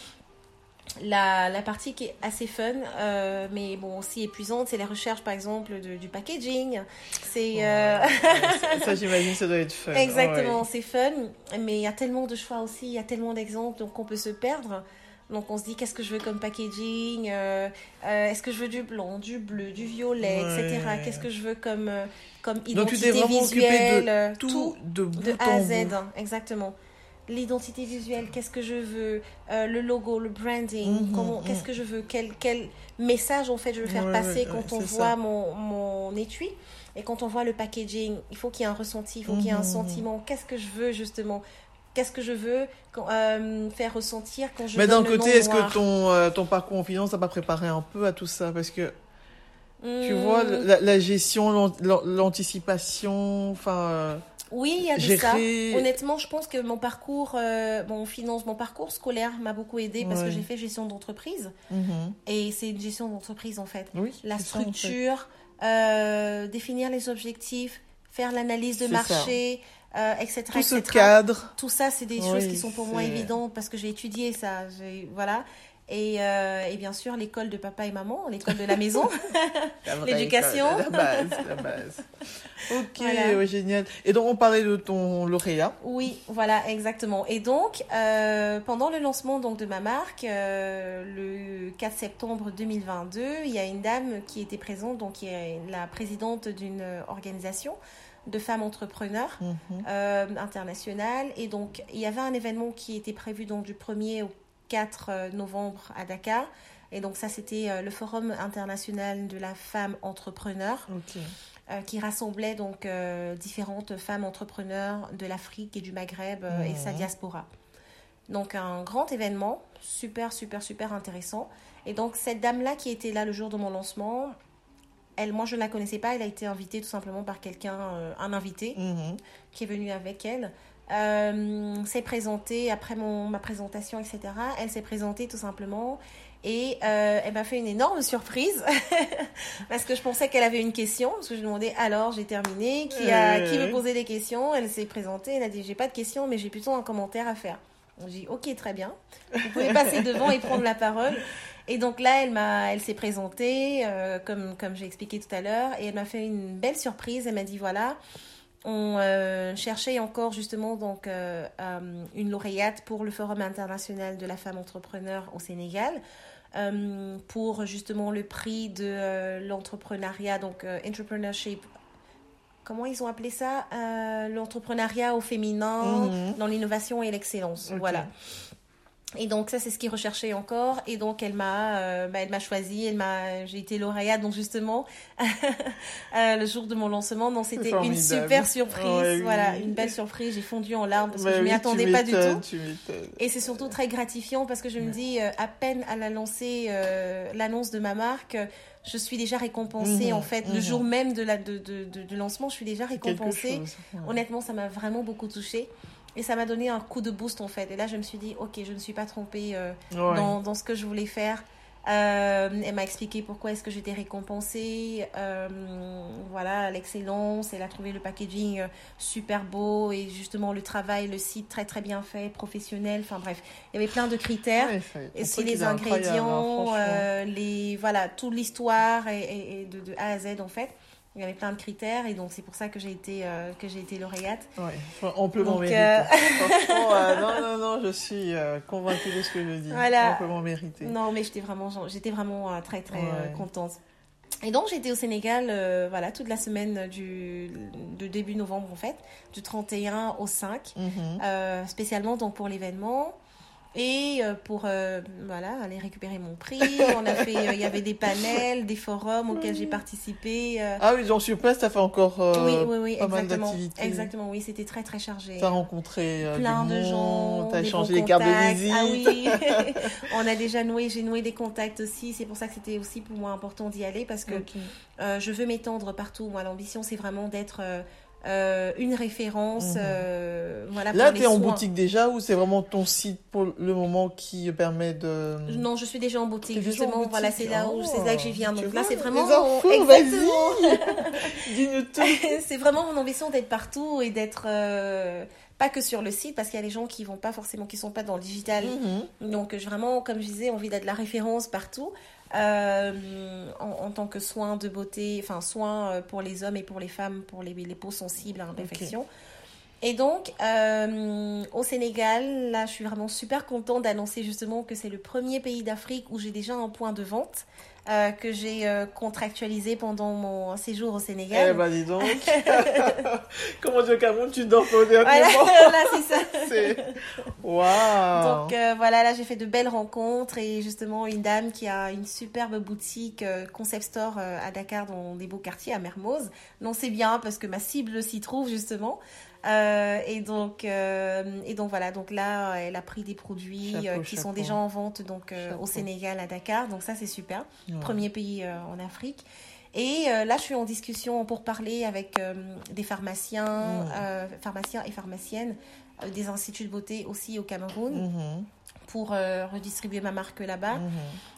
la, la partie qui est assez fun, euh, mais bon, aussi épuisante, c'est la recherche, par exemple, de, du packaging. C'est... Euh... Ouais, ça, ça, j'imagine, ça doit être fun. Exactement, ouais. c'est fun, mais il y a tellement de choix aussi, il y a tellement d'exemples, donc on peut se perdre. Donc on se dit qu'est-ce que je veux comme packaging, euh, euh, est-ce que je veux du blanc, du bleu, du violet, ouais. et cetera. Qu'est-ce que je veux comme, euh, comme identité donc, tu t'es vraiment visuelle, de tout, tout de, bout de A à Z, hein, exactement. L'identité visuelle, qu'est-ce que je veux, euh, le logo, le branding, mm-hmm, comment, mm-hmm. qu'est-ce que je veux, quel, quel message en fait je veux faire ouais, passer ouais, quand ouais, on voit mon, mon étui. Et quand on voit le packaging, il faut qu'il y ait un ressenti, il faut mm-hmm. qu'il y ait un sentiment. Qu'est-ce que je veux justement? Qu'est-ce que je veux euh, faire ressentir quand je Mais d'un côté, est-ce noir. que ton, euh, ton parcours en finance t'a pas préparé un peu à tout ça? Parce que, mmh. tu vois, la, la gestion, l'anticipation, enfin... Euh, oui, il y a de gérer... ça. Honnêtement, je pense que mon parcours, euh, bon, finance, mon parcours scolaire m'a beaucoup aidé parce ouais. que j'ai fait gestion d'entreprise. Mmh. Et c'est une gestion d'entreprise, en fait. Oui, la structure, ça, en fait. euh, définir les objectifs, faire l'analyse de c'est marché... Ça. Euh, et cetera, tout et cetera. Ce cadre. Tout ça, c'est des oui, choses qui sont pour c'est... moi évidentes parce que j'ai étudié ça. J'ai... Voilà. Et, euh, et bien sûr, l'école de papa et maman, l'école de la maison, La vraie l'éducation. école, la base, la base. Ok, Voilà. ouais, génial. Et donc, on parlait de ton lauréat. Oui, voilà, exactement. Et donc, euh, pendant le lancement donc, de ma marque, euh, le quatre septembre deux mille vingt-deux, il y a une dame qui était présente, donc qui est la présidente d'une organisation de femmes entrepreneurs Mhm. euh, internationales. Et donc, il y avait un événement qui était prévu donc, du premier au quatre novembre à Dakar. Et donc, ça, c'était euh, le Forum international de la femme entrepreneur. Ok. Euh, qui rassemblait donc euh, différentes femmes entrepreneurs de l'Afrique et du Maghreb euh, Mmh. et sa diaspora. Donc un grand événement, super, super, super intéressant. Et donc cette dame-là qui était là le jour de mon lancement, elle, moi je ne la connaissais pas, elle a été invitée tout simplement par quelqu'un, euh, un invité Mhm. qui est venu avec elle. Euh, s'est présentée après mon, ma présentation, et cetera. Elle s'est présentée tout simplement et euh, elle m'a fait une énorme surprise parce que je pensais qu'elle avait une question parce que je lui demandais alors j'ai terminé, qui, a, Euh. qui veut poser des questions. Elle s'est présentée, elle a dit j'ai pas de questions mais j'ai plutôt un commentaire à faire. J'ai dit ok très bien, vous pouvez passer devant et prendre la parole. Et donc là, elle m'a, elle s'est présentée, euh, comme, comme j'ai expliqué tout à l'heure, et elle m'a fait une belle surprise. Elle m'a dit, voilà, on euh, cherchait encore justement donc, euh, euh, une lauréate pour le Forum international de la femme entrepreneur au Sénégal, euh, pour justement le prix de euh, l'entrepreneuriat, donc euh, entrepreneurship. Comment ils ont appelé ça euh, l'entrepreneuriat au féminin, Mhm. dans l'innovation et l'excellence. Ok. Voilà. Et donc ça c'est ce qu'ils recherchaient encore et donc elle m'a euh, bah, elle m'a choisi, elle m'a j'ai été lauréate donc justement euh, le jour de mon lancement, donc c'était une Formidable. super surprise, Ouais, oui. voilà, une belle surprise, j'ai fondu en larmes parce que Bah je m'y oui, tu attendais pas du m'étonnes, tout. Tu m'étonnes. Et c'est surtout très gratifiant parce que je me dis euh, à peine à la lancer euh, l'annonce de ma marque, je suis déjà récompensée Mhm, en fait mhm. le jour même de la de de, de, de lancement, je suis déjà Quelque récompensée. chose. Ouais. Honnêtement, ça m'a vraiment beaucoup touchée. Et ça m'a donné un coup de boost en fait. Et là, je me suis dit, ok, je ne suis pas trompée euh, Ouais. dans, dans ce que je voulais faire. Euh, elle m'a expliqué pourquoi est-ce que j'étais récompensée. Euh, voilà, l'excellence. Elle a trouvé le packaging euh, super beau et justement le travail, le site très très bien fait, professionnel. Enfin bref, il y avait plein de critères. Ouais, ça- Et ton si truc, les il est incroyable, hein, ingrédients, franchement. euh, les, voilà, toute l'histoire et, et- et de, de A à Z en fait. Il y avait plein de critères et donc c'est pour ça que j'ai été, euh, que j'ai été lauréate. Ouais, enfin, amplement Donc, mérité. euh, Franchement, euh, non, non, non, je suis euh, convaincue de ce que je dis. Voilà. Amplement mérité. Non, mais j'étais vraiment, j'étais vraiment euh, très très euh, Ouais. contente. Et donc j'étais au Sénégal, euh, voilà, toute la semaine du de début novembre en fait, du trente et un au cinq, Mhm. euh, spécialement donc pour l'événement. Et euh, pour euh, voilà, aller récupérer mon prix, on a fait, euh, il y avait des panels, des forums auxquels j'ai participé. euh, Ah oui, donc sur place, t'as fait encore euh, oui, oui, oui, pas mal exactement. d'activités. Exactement, oui, c'était très très chargé. T'as rencontré euh, Plein du de monde, gens, t'as des échangé bons les cartes de contacts. visite. Ah oui, on a déjà noué, j'ai noué des contacts aussi. C'est pour ça que c'était aussi pour moi important d'y aller parce que Ok. euh, je veux m'étendre partout. Moi, l'ambition, c'est vraiment d'être euh, euh, une référence. Mhm. euh, voilà, Là, pour t'es les en soins. boutique déjà ou c'est vraiment ton site pour le moment qui permet de... Non, je suis déjà en boutique. T'es déjà Justement, en boutique. voilà, c'est là où Oh, c'est là que j'y viens. tu Donc là, vois, c'est vraiment les infos, exactement. Dis-nous tout. C'est vraiment mon ambition d'être partout et d'être euh, pas que sur le site parce qu'il y a des gens qui vont pas forcément, qui sont pas dans le digital. Mhm. Donc, j'ai vraiment, comme je disais, envie d'être la référence partout euh, en, en tant que soins de beauté, enfin soins euh, pour les hommes et pour les femmes, pour les, les peaux sensibles à l'imperfection. Et donc, euh, au Sénégal, là, je suis vraiment super contente d'annoncer justement que c'est le premier pays d'Afrique où j'ai déjà un point de vente euh, que j'ai euh, contractualisé pendant mon séjour au Sénégal. Eh ben, dis donc. Comment dire, Cameroun, tu dors pas au dernier Voilà, moment. là, c'est ça. C'est... Waouh. Donc euh, voilà, là j'ai fait de belles rencontres et justement une dame qui a une superbe boutique euh, concept store euh, à Dakar dans des beaux quartiers à Mermoz. Non, c'est bien parce que ma cible s'y trouve justement. Euh, et donc euh, et donc voilà, donc là elle a pris des produits Chapeau, euh, qui chapeau. sont déjà en vente donc euh, Chapeau. au Sénégal à Dakar. Donc ça c'est super. Ouais. Premier pays euh, en Afrique. Et euh, là, je suis en discussion pour parler avec euh, des pharmaciens, Mm. euh, pharmaciens et pharmaciennes, euh, des instituts de beauté aussi au Cameroun, Mhm. pour euh, redistribuer ma marque là-bas. Mhm.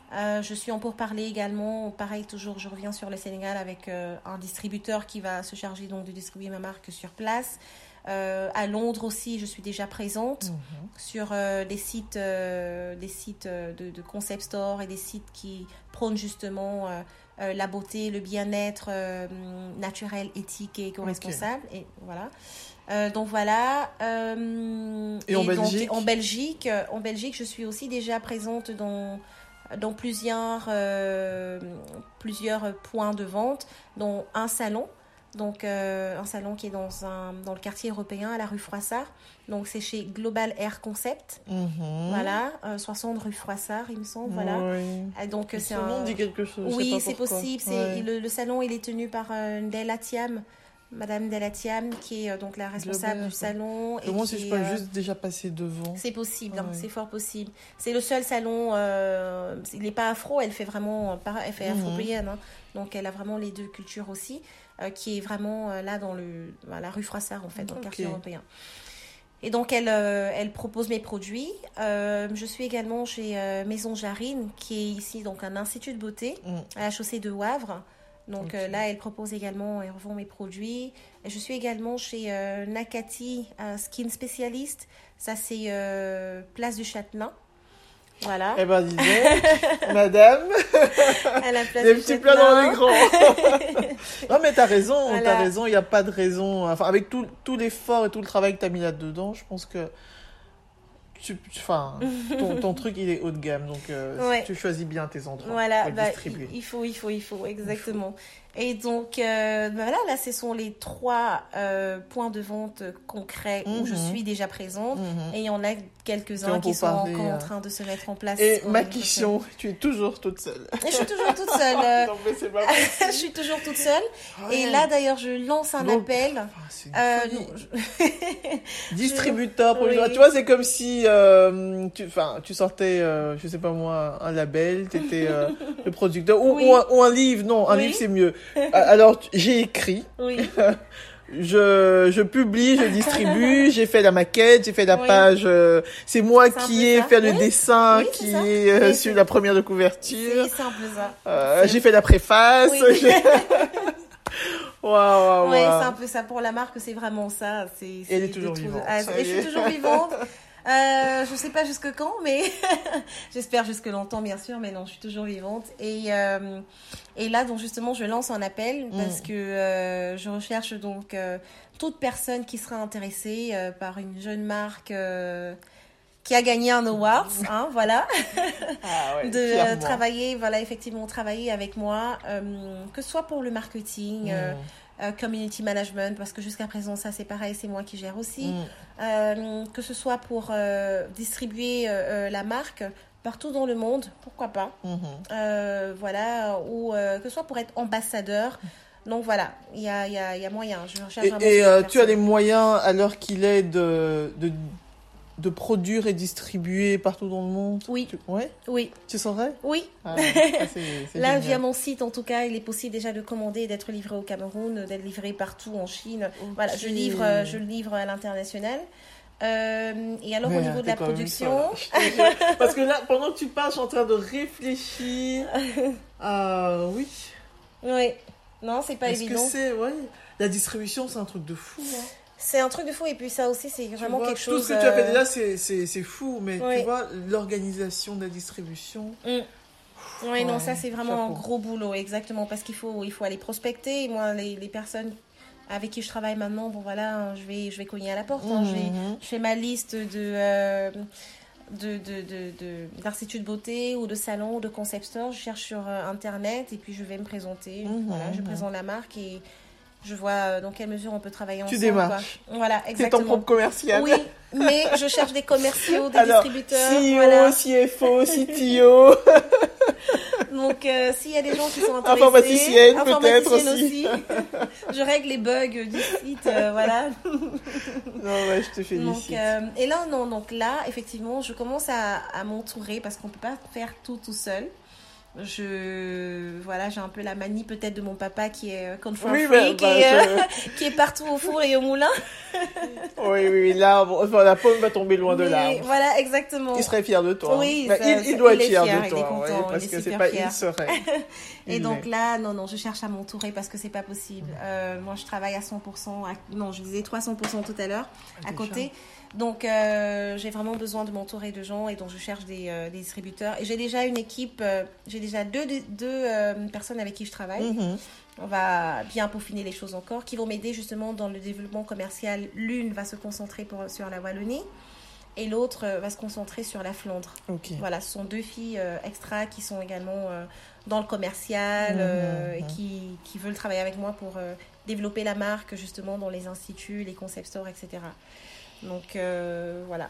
Euh, je suis en pourparlers également. Pareil, toujours, je reviens sur le Sénégal avec euh, un distributeur qui va se charger donc de distribuer ma marque sur place. Euh, à Londres aussi, je suis déjà présente mm-hmm. sur euh, des sites, euh, des sites de, de concept store et des sites qui prônent justement euh, euh, la beauté, le bien-être euh, naturel, éthique et éco-responsable. Okay. Et voilà. Euh, donc voilà. Euh, et, et en Belgique donc, en Belgique, en Belgique, je suis aussi déjà présente dans dans plusieurs euh, plusieurs points de vente, dont un salon. Donc, euh, un salon qui est dans, un, dans le quartier européen, à la rue Froissart. Donc, c'est chez Global Air Concept. Mm-hmm. Voilà, euh, soixante rue Froissart, il me semble. Voilà. Oui. Donc, le c'est nom un... dit quelque chose. Oui, c'est possible. C'est... Ouais. Le, le salon, il est tenu par euh, Ndella Thiam, Madame Ndella Thiam, qui est euh, donc la responsable Global, du salon. Et moi, si je peux euh... juste déjà passer devant. C'est possible, ouais. hein, c'est fort possible. C'est le seul salon, euh, il n'est pas afro, elle fait vraiment, elle fait afro-brienne. Mm-hmm. Hein, donc, elle a vraiment les deux cultures aussi. Euh, qui est vraiment euh, là dans le, bah, la rue Froissart, en fait, dans okay. le quartier européen. Et donc, elle, euh, elle propose mes produits. Euh, je suis également chez euh, Maison Jarine, qui est ici donc un institut de beauté mm. à la chaussée de Wavre. Donc okay. euh, là, elle propose également et revend mes produits. Et je suis également chez euh, Nakati euh, Skin Specialist. Ça, c'est euh, Place du Châtelain. Voilà. Eh ben, disais, madame, à la place des petits plats dans l'écran. Non, mais t'as raison, voilà. t'as raison, il n'y a pas de raison. Enfin, avec tout, tout l'effort et tout le travail que t'as mis là-dedans, je pense que tu, enfin, ton, ton truc, il est haut de gamme, donc euh, ouais. tu choisis bien tes endroits voilà, pour le bah, distribuer. Il faut, il faut, il faut, exactement. Il faut. Et donc, euh, bah voilà, là, ce sont les trois euh, points de vente concrets mm-hmm. où je suis déjà présente. Mm-hmm. Et il y en a quelques-uns qui sont parler, encore euh... en train de se mettre en place. Et ma question, tu es toujours toute seule. Et je suis toujours toute seule. Euh... non, mais c'est pas possible. Je suis toujours toute seule. Ouais. Et là, d'ailleurs, je lance un donc, appel. Enfin, euh, non, je... Distributeur, je... oui. Tu vois, c'est comme si euh, tu, tu sortais, euh, je sais pas moi, un label, tu étais euh, le producteur. Ou, oui. ou, un, ou un livre. Non, un oui. livre, c'est mieux. Alors, j'ai écrit. Oui. Je, je publie, je distribue, j'ai fait la maquette, j'ai fait la oui. page. Euh, c'est moi c'est qui ai fait oui. le dessin, oui, qui est euh, sur la première de couverture. C'est simple ça. Euh, j'ai fait la préface. Oui. Waouh, waouh, ouais, wow. c'est un peu ça pour la marque, c'est vraiment ça. C'est, c'est Elle est toujours vivante. Ah, et je suis toujours vivante. Euh, je sais pas jusque quand, mais j'espère jusque longtemps, bien sûr, mais non, je suis toujours vivante. Et, euh, et là, donc, justement, je lance un appel parce mmh. que euh, je recherche donc euh, toute personne qui sera intéressée euh, par une jeune marque euh, qui a gagné un award, hein, voilà, ah ouais, de euh, travailler, voilà, effectivement, travailler avec moi, euh, que ce soit pour le marketing, mmh. euh, Euh, community management, parce que jusqu'à présent ça c'est pareil, c'est moi qui gère aussi, mm. euh, que ce soit pour euh, distribuer euh, la marque partout dans le monde, pourquoi pas, mm-hmm. euh, voilà, ou euh, que ce soit pour être ambassadeur. Donc voilà, il y a, y, a, y a moyen. Je recherche et et euh, tu as les moyens à l'heure qu'il est de, de, de produire et distribuer partout dans le monde? Oui. Tu... Ouais? Oui. Tu saurais? Oui. Ah, c'est, c'est Là, génial. via mon site, en tout cas, il est possible déjà de commander et d'être livré au Cameroun, d'être livré partout en Chine. Okay. Voilà, je livre, je livre à l'international. Euh, et alors, mais au niveau de la production... Parce que là, pendant que tu parles, je suis en train de réfléchir. Ah, oui. Oui. Non, c'est pas Est-ce évident. Que c'est, ouais. La distribution, c'est un truc de fou, hein. C'est un truc de fou, et puis ça aussi, c'est vraiment vois, quelque chose... Tout ce que tu as fait déjà, c'est, c'est, c'est fou, mais oui. tu vois, l'organisation de la distribution... Mm. Oui, ouais, non, ça, c'est vraiment chapeau. Un gros boulot, exactement, parce qu'il faut, il faut aller prospecter. Et moi, les, les personnes avec qui je travaille maintenant, bon, voilà, je vais, je vais cogner à la porte. Mm-hmm. Hein, je, vais, je fais ma liste de... Euh, de, de, de, de, d'instituts de beauté ou de salons ou de concept store. Je cherche sur euh, Internet, et puis je vais me présenter. Mm-hmm. Voilà, je présente la marque, et... Je vois dans quelle mesure on peut travailler ensemble. Tu démarches. Quoi. Voilà, exactement. C'est ton propre commercial. Oui, mais je cherche des commerciaux, des Alors, distributeurs. C E O, voilà. C F O, C T O. Donc, euh, s'il y a des gens qui sont intéressés... Informaticienne, peut-être aussi. aussi. Je règle les bugs du site, euh, voilà. Non, ouais, je te félicite. Donc, euh, et là, non, donc là, effectivement, je commence à, à m'entourer parce qu'on ne peut pas faire tout tout seul. Je voilà, j'ai un peu la manie peut-être de mon papa qui est confort oui, freak bah, bah, et je... euh, qui est partout au four et au moulin. Oui, oui, l'arbre, enfin, la pomme va tomber loin Mais de l'arbre. Voilà, exactement. Il serait fier de toi. Oui, bah, ça, il, ça, il doit il être fier, fier, de il toi, est content, ouais, il parce est que c'est super pas fier. il serait. Et Il donc l'est. là, non, non, je cherche à m'entourer parce que c'est pas possible. Euh, moi, je travaille à cent pour cent, à- non, je disais trois cents pour cent tout à l'heure, à déjà. côté. Donc, euh, j'ai vraiment besoin de m'entourer de gens et donc je cherche des, euh, des distributeurs. Et j'ai déjà une équipe, euh, j'ai déjà deux, deux, deux, euh, personnes avec qui je travaille. Mhm. On va bien peaufiner les choses encore, qui vont m'aider justement dans le développement commercial. L'une va se concentrer pour, sur la Wallonie et l'autre euh, va se concentrer sur la Flandre. Ok. Voilà, ce sont deux filles euh, extra qui sont également euh, dans le commercial Mhm, euh, et mhm. qui, qui veulent travailler avec moi pour euh, développer la marque justement dans les instituts, les concept stores, et cetera. Donc euh, voilà.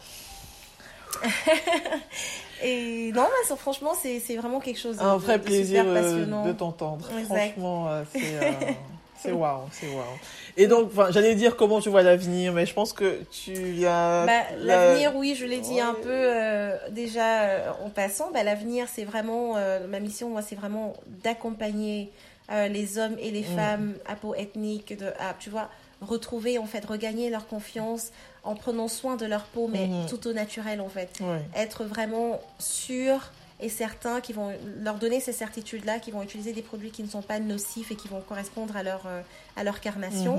Et non, bah, ça, franchement, c'est, c'est vraiment quelque chose de, Un de- vrai de plaisir super euh, passionnant. de t'entendre. Exact. Franchement, euh, c'est euh, c'est waouh, c'est waouh. Et donc, enfin, j'allais dire comment tu vois l'avenir, mais je pense que tu y as. Bah, la- l'avenir, oui, je l'ai dit Ouais. un peu euh, déjà euh, en passant. Bah, l'avenir, c'est vraiment euh, ma mission. Moi, c'est vraiment d'accompagner euh, les hommes et les Mm. femmes apo-ethniques, de, à, tu vois, retrouver en fait, regagner leur confiance en prenant soin de leur peau, mais Mhm. tout au naturel en fait. Ouais. Être vraiment sûr et certains qui vont leur donner ces certitudes-là, qui vont utiliser des produits qui ne sont pas nocifs et qui vont correspondre à leur, euh, à leur carnation. Mhm.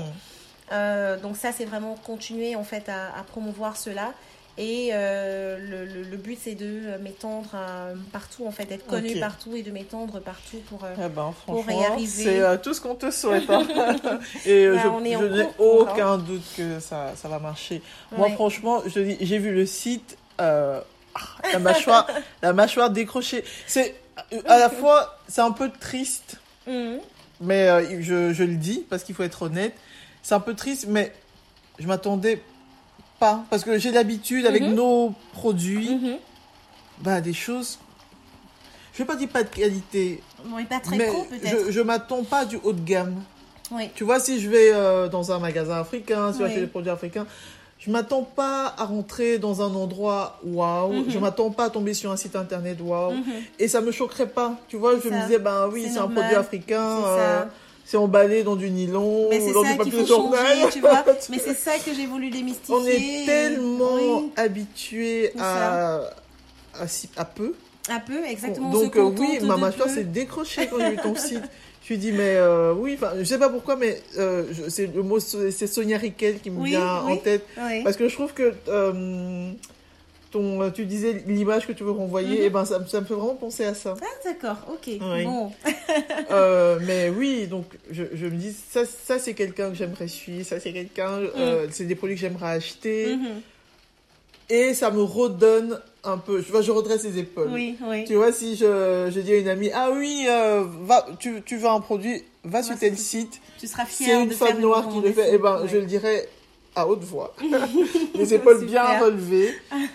Euh, donc ça, c'est vraiment continuer en fait à, à promouvoir cela. Et euh, le, le, le but, c'est de m'étendre euh, partout, en fait, d'être connu Ok. partout et de m'étendre partout pour... euh, Eh ben, Pour y franchement, arriver. c'est euh, tout ce qu'on te souhaite. Hein. Et euh, Bah, je, on est en je n'ai cours, aucun doute que ça, ça va marcher. Moi, Ouais. franchement, je te dis, j'ai vu le site, euh, ah, la mâchoire, la mâchoire décrochée. C'est euh, à la fois, c'est un peu triste, Mhm. mais euh, je, je le dis parce qu'il faut être honnête. C'est un peu triste, mais je m'attendais pas parce que j'ai l'habitude avec Mhm. nos produits, Mhm. bah des choses. Je vais pas dire pas de qualité, Oui, pas très mais court, peut-être. je, je m'attends pas du haut de gamme. Oui. Tu vois, si je vais euh, dans un magasin africain, si je vais Oui. acheter des produits africains, je m'attends pas à rentrer dans un endroit waouh. Mhm. Je m'attends pas à tomber sur un site internet waouh. Mhm. Et ça me choquerait pas. Tu vois, je C'est me ça. disais, ben oui, C'est c'est un normal. produit africain. C'est euh, ça. c'est emballé dans du nylon, Mais c'est dans ça du qu'il papier faut journal. changer, tu vois. Mais c'est ça que j'ai voulu démystifier. On est tellement Oui, habitué C'est à, à, si- à peu. un peu, exactement. on Donc se euh, contente oui, ma de mâchoire peu. s'est décrochée quand j'ai vu ton site. Je lui dis mais euh, oui, enfin je sais pas pourquoi, mais euh, je- c'est le mot, c'est Sonia Riquel qui me Oui, vient oui. en tête Oui. parce que je trouve que euh, ton, tu disais l'image que tu veux renvoyer, Mhm. et ben ça, me- ça me fait vraiment penser à ça. Ah, d'accord, ok. Oui. Bon. Euh, mais oui, donc je, je me dis ça, ça c'est quelqu'un que j'aimerais suivre, ça c'est quelqu'un, euh, c'est des produits que j'aimerais acheter, Mhm. et ça me redonne un peu. Je vois, je redresse les épaules. Oui, oui. Tu vois, si je, je dis à une amie, ah oui, euh, va, tu, tu veux un produit, va sur Va tel sur- site. Tu seras C'est fière une de faire femme noire qui le fait. Eh ben, ouais. je le dirais à haute voix. Les épaules bien Super. relevées.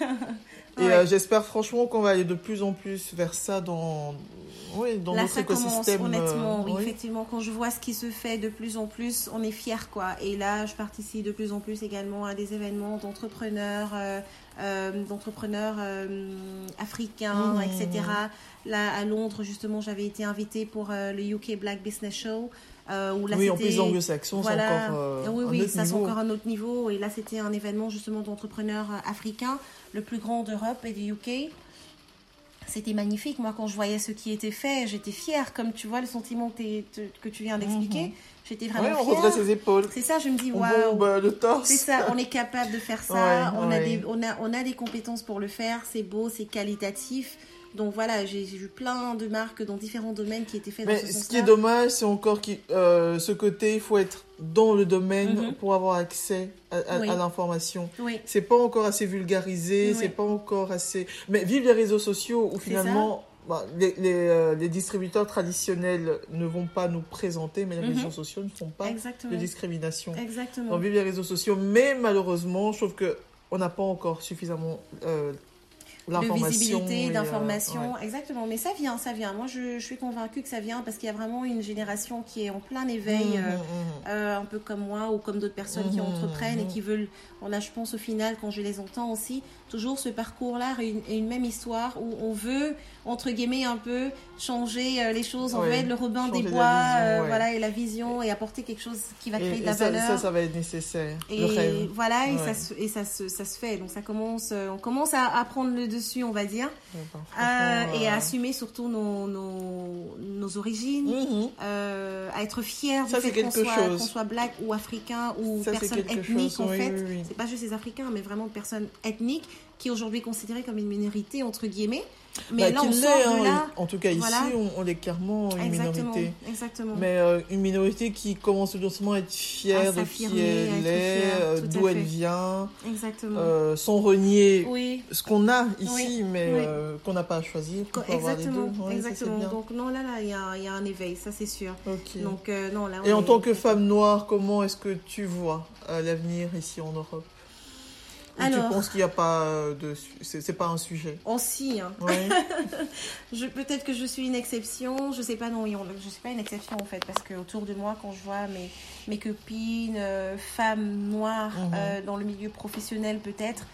Et Ouais. euh, j'espère franchement qu'on va aller de plus en plus vers ça dans, oui, dans Là, notre ça commence, écosystème. honnêtement, euh, oui, effectivement, quand je vois ce qui se fait de plus en plus, on est fiers, quoi. Et là, je participe de plus en plus également à des événements d'entrepreneurs, euh, euh, d'entrepreneurs euh, africains, Mmh. et cetera. Là, à Londres, justement, j'avais été invitée pour euh, le U K Black Business Show. Euh, où là, oui, en c'était- plus anglo-saxons, Voilà. c'est encore euh, oui, un oui, autre ça c'est niveau. encore un autre niveau. Et là, c'était un événement justement d'entrepreneurs euh, africains, le plus grand d'Europe et du U K. C'était magnifique. Moi, quand je voyais ce qui était fait, j'étais fière. Comme tu vois, le sentiment que, t'es- te- que tu viens d'expliquer, Mhm. j'étais Oui, vraiment on redresse fière. les épaules. C'est ça, je me dis, On waouh. bombe euh, le torse. C'est ça, on est capable de faire ça. Ouais, on, ouais. A des, on, a, on a des compétences pour le faire. C'est beau, c'est qualitatif. Donc voilà, j'ai j'ai vu plein de marques dans différents domaines qui étaient faites Mais dans ce ce sens-là. qui est dommage, c'est encore qui, euh, ce côté, il faut être dans le domaine Mhm. pour avoir accès à, à- Oui. à l'information. Oui, C'est pas encore assez vulgarisé, Oui. c'est pas encore assez. Mais vive les réseaux sociaux où C'est finalement bah, les, les, euh, les distributeurs traditionnels ne vont pas nous présenter, mais les Mhm. réseaux sociaux ne font pas exactement. de discrimination. Exactement. Donc vive les réseaux sociaux, mais malheureusement, je trouve que on n'a pas encore suffisamment euh, de visibilité, et, d'information. Euh, ouais. Exactement, mais ça vient, ça vient. Moi, je, je suis convaincue que ça vient parce qu'il y a vraiment une génération qui est en plein éveil, mmh, euh, mmh. Euh, un peu comme moi ou comme d'autres personnes mmh, qui entreprennent mmh. et qui veulent, on a, je pense au final, quand je les entends aussi, toujours ce parcours-là et une, et une même histoire où on veut, entre guillemets, un peu changer euh, les choses, on ouais. veut être le Robin des Bois, vision, euh, ouais. voilà, et la vision et apporter quelque chose qui va créer et, de la et ça, valeur. Ça, ça va être nécessaire. Et le rêve. voilà, et, ouais. ça, et ça, se, ça se fait. Donc ça commence, on commence à, à prendre le dessus, on va dire, euh, et à assumer surtout nos, nos, nos origines, mmh. euh, à être fiers ça, du fait qu'on soit, chose. qu'on soit black ou africain ou ça, personne ethnique chose. en oui, fait. Oui, oui. C'est pas juste les Africains, mais vraiment de personnes ethniques qui est aujourd'hui considérée comme une minorité entre guillemets. Mais bah, là, on sort hein, de là. En tout cas, ici, voilà. on, on est clairement une exactement, minorité. Exactement. Mais euh, une minorité qui commence doucement à être fière à de qui elle est, d'où elle vient. Exactement. Euh, sans renier oui. ce qu'on a ici, oui. mais oui. Euh, qu'on n'a pas à choisir. Pour exactement. Avoir les deux. exactement. Ouais, Donc, non, là, là, il y a, y a un éveil, ça, c'est sûr. Okay. Donc, euh, non, là, Et en est... tant que femme noire, comment est-ce que tu vois euh, l'avenir ici en Europe? Alors, tu penses qu'il n'y a pas de... C'est, c'est pas un sujet? Oh si, hein. Ouais. je, peut-être que je suis une exception, je sais pas, non, je ne suis pas une exception en fait, parce que autour de moi, quand je vois mes, mes copines, euh, femmes noires, mm-hmm. euh, dans le milieu professionnel peut-être,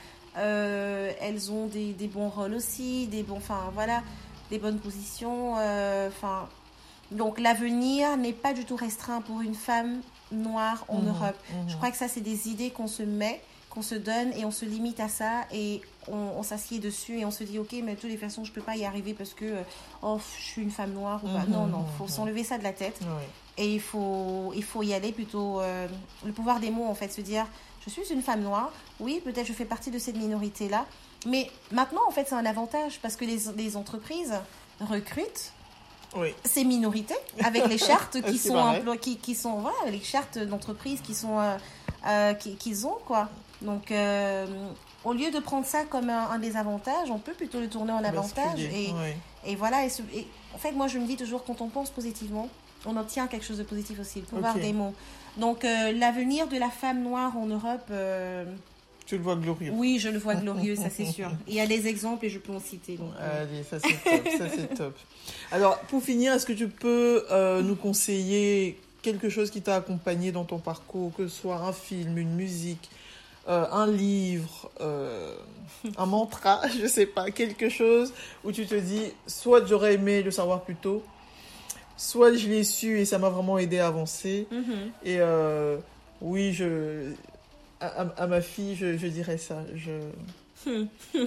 euh, elles ont des, des bons rôles aussi, des bons, enfin voilà, des bonnes positions, enfin... Euh, donc l'avenir n'est pas du tout restreint pour une femme noire en mm-hmm. Europe. Mm-hmm. Je crois que ça, c'est des idées qu'on se met, qu'on se donne et on se limite à ça et on, on s'assied dessus et on se dit ok mais de toutes les façons je peux pas y arriver parce que oh, je suis une femme noire ou pas. Mmh, non non faut mmh. s'enlever ça de la tête oui. et il faut il faut y aller plutôt euh, le pouvoir des mots en fait, se dire je suis une femme noire, oui peut-être je fais partie de cette minorité là, mais maintenant en fait c'est un avantage parce que les, les entreprises recrutent oui. ces minorités avec les chartes qui sont emplo- qui, qui sont voilà les chartes d'entreprise qui sont euh, euh, qui, qu'ils ont quoi. Donc, euh, au lieu de prendre ça comme un, un désavantage, on peut plutôt le tourner en avantage. Et, oui. et voilà. Et, ce, et en fait, moi, je me dis toujours, quand on pense positivement, on obtient quelque chose de positif aussi, le pouvoir okay. des mots. Donc, euh, l'avenir de la femme noire en Europe... Euh, tu le vois glorieux? Oui, je le vois glorieux, ça c'est sûr. Il y a des exemples et je peux en citer. Donc, euh... Allez, ça c'est top, ça c'est top. Alors, pour finir, est-ce que tu peux euh, nous conseiller quelque chose qui t'a accompagné dans ton parcours, que ce soit un film, une musique, euh, un livre, euh, un mantra, je sais pas, quelque chose où tu te dis, soit j'aurais aimé le savoir plus tôt, soit je l'ai su et ça m'a vraiment aidé à avancer. Mm-hmm. Et euh, oui, je, à, à ma fille, je, je dirais ça. Je...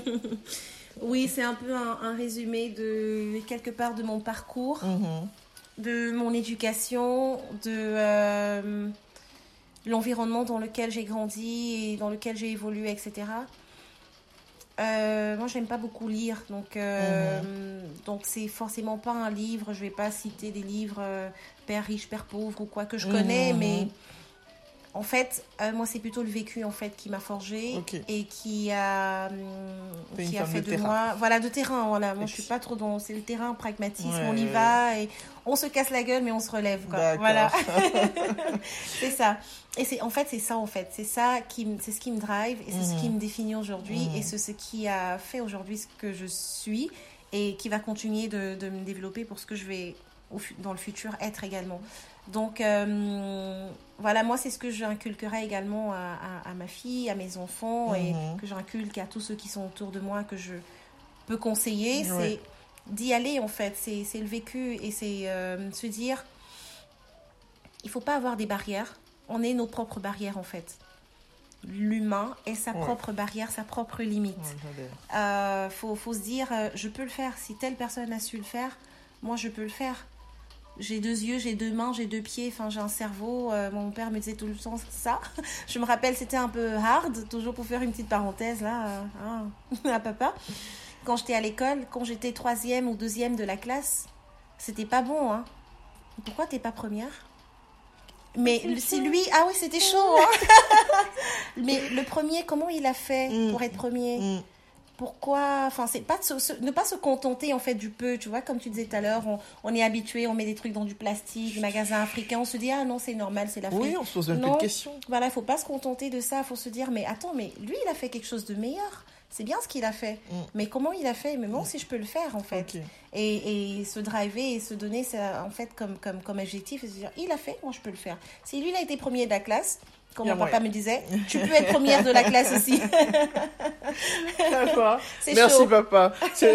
Oui, c'est un peu un, un résumé de quelque part de mon parcours. Mm-hmm. De mon éducation, de euh, l'environnement dans lequel j'ai grandi et dans lequel j'ai évolué, et cetera. Euh, moi, j'aime pas beaucoup lire, donc euh, mmh. donc c'est forcément pas un livre. Je vais pas citer des livres euh, Père riche, Père pauvre ou quoi que je connais, mmh. mais en fait, euh, moi, c'est plutôt le vécu en fait qui m'a forgé okay. et qui a T'es qui a fait de, de moi, voilà, de terrain. Voilà, moi, je suis pas trop dans, c'est le terrain pragmatisme. Ouais. On y va et on se casse la gueule, mais on se relève. Quoi. D'accord. Voilà, c'est ça. Et c'est en fait, c'est ça en fait, c'est ça qui, c'est ce qui me drive et c'est mmh. ce qui me définit aujourd'hui mmh. et c'est ce qui a fait aujourd'hui ce que je suis et qui va continuer de, de me développer pour ce que je vais au, dans le futur être également. Donc, euh, voilà, moi, c'est ce que j'inculquerai également à, à, à ma fille, à mes enfants, mmh. et que j'inculque à tous ceux qui sont autour de moi, que je peux conseiller. Ouais. C'est d'y aller, en fait. C'est, c'est le vécu et c'est euh, se dire, il ne faut pas avoir des barrières. On est nos propres barrières, en fait. L'humain est sa ouais. propre barrière, sa propre limite. Il euh, faut, faut se dire, euh, je peux le faire. Si telle personne a su le faire, moi, je peux le faire. J'ai deux yeux, j'ai deux mains, j'ai deux pieds, enfin j'ai un cerveau. Euh, mon père me disait tout le temps ça. Je me rappelle, c'était un peu hard, toujours pour faire une petite parenthèse là, euh, hein, à papa. Quand j'étais à l'école, quand j'étais troisième ou deuxième de la classe, c'était pas bon. Hein. Pourquoi t'es pas première? Mais c'est lui, ah oui, c'était chaud. Hein. Mais le premier, comment il a fait mmh. pour être premier? mmh. Pourquoi, enfin, c'est pas de se, se, ne pas se contenter en fait du peu, tu vois, comme tu disais tout à l'heure, on, on est habitué, on met des trucs dans du plastique, des magasins africains, on se dit ah non c'est normal, c'est l'Afrique. Oui, on se pose même non, plus de questions. Voilà, il faut pas se contenter de ça, il faut se dire mais attends, mais lui il a fait quelque chose de meilleur c'est bien ce qu'il a fait. Mm. Mais comment il a fait? Mais moi aussi, je peux le faire, en fait. Okay. Et, et se driver et se donner ça, en fait, comme, comme, comme objectif. Et se dire, il a fait, moi, je peux le faire. Si lui, il a été premier de la classe, comme mon papa me disait, tu peux être première de la classe aussi. D'accord. C'est Merci, chaud. papa. C'est...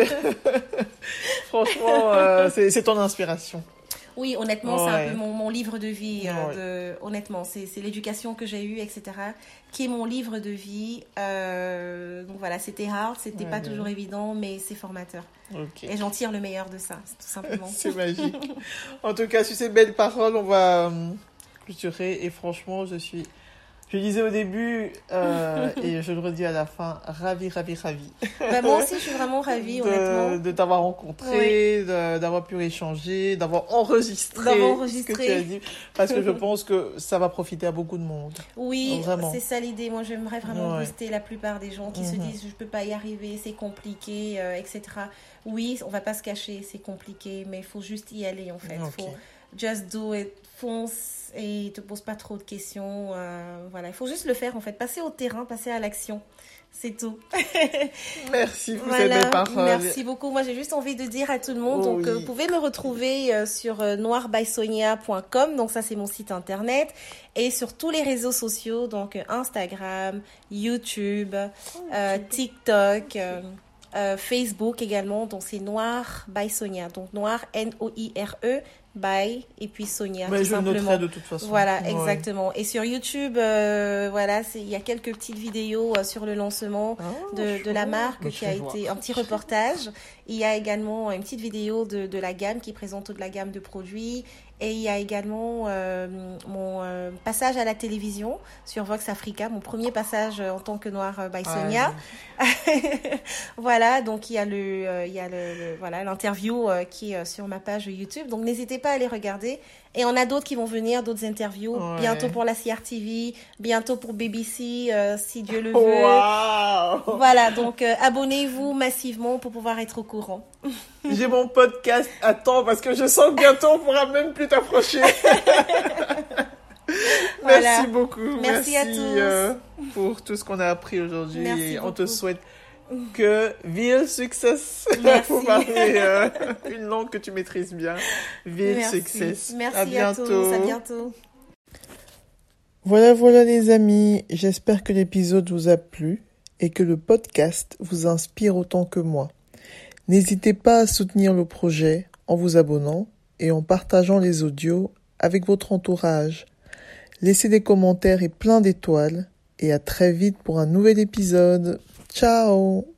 Franchement, euh, c'est, c'est ton inspiration. Oui, honnêtement, ouais. c'est un peu mon, mon livre de vie. Ouais. Euh, de, honnêtement, c'est, c'est l'éducation que j'ai eue, et cetera, qui est mon livre de vie. Euh, donc voilà, c'était hard, c'était ouais, pas ouais. toujours évident, mais c'est formateur. Okay. Et j'en tire le meilleur de ça, tout simplement. C'est magique. En tout cas, sur ces belles paroles, on va euh, clôturer. Et franchement, je suis... Je disais au début, euh, et je le redis à la fin, ravie, ravie, ravie. Bah, moi aussi, je suis vraiment ravie, honnêtement. De, de t'avoir rencontré, oui. de, d'avoir pu échanger, d'avoir enregistré, d'avoir enregistré ce que tu as dit. Parce que je pense que ça va profiter à beaucoup de monde. Oui, vraiment. C'est ça l'idée. Moi, j'aimerais vraiment ouais. booster la plupart des gens qui mm-hmm. se disent, je ne peux pas y arriver, c'est compliqué, euh, et cetera. Oui, on ne va pas se cacher, c'est compliqué, mais il faut juste y aller, en fait. Il okay. faut just do it, fonce. Et il te pose pas trop de questions. Euh, voilà, il faut juste le faire en fait. Passer au terrain, passer à l'action. C'est tout. Merci pour voilà, ces belles paroles. Merci beaucoup. Moi, j'ai juste envie de dire à tout le monde. Oh, donc, oui. euh, vous pouvez me retrouver euh, sur euh, noir by sonia point com. Donc, ça, c'est mon site internet. Et sur tous les réseaux sociaux. Donc, euh, Instagram, YouTube, oh, euh, TikTok, euh, euh, Facebook également. Donc, c'est Noir by Sonia. Donc, Noir, N O I R E. By et puis Sonia. Mais tout je simplement. le noterai de toute façon. Voilà, ouais. exactement. Et sur YouTube, euh, voilà, c'est, il y a quelques petites vidéos euh, sur le lancement oh, de, de la marque Mais qui a été voir. un petit reportage. Il y a également une petite vidéo de, de la gamme qui présente toute la gamme de produits. Et il y a également euh, mon euh, passage à la télévision sur Vox Africa, mon premier passage en tant que Noir by Sonia. Ah, oui. Voilà, donc il y a le, euh, il y a le, le voilà l'interview euh, qui est sur ma page YouTube. Donc n'hésitez pas à aller regarder. Et on a d'autres qui vont venir, d'autres interviews. Ouais. Bientôt pour la C R T V, bientôt pour B B C, euh, si Dieu le veut. Wow. Voilà, donc euh, abonnez-vous massivement pour pouvoir être au courant. J'ai mon podcast à temps parce que je sens que bientôt on pourra même plus t'approcher. Voilà. Merci beaucoup. Merci, Merci à tous. Euh, pour tout ce qu'on a appris aujourd'hui. Merci et beaucoup. On te souhaite que Ville Success, pour parler euh, une langue que tu maîtrises bien. Ville Merci. Success. Merci à bientôt. À tous. À bientôt. Voilà, voilà les amis. J'espère que l'épisode vous a plu et que le podcast vous inspire autant que moi. N'hésitez pas à soutenir le projet en vous abonnant et en partageant les audios avec votre entourage. Laissez des commentaires et plein d'étoiles et à très vite pour un nouvel épisode. Ciao!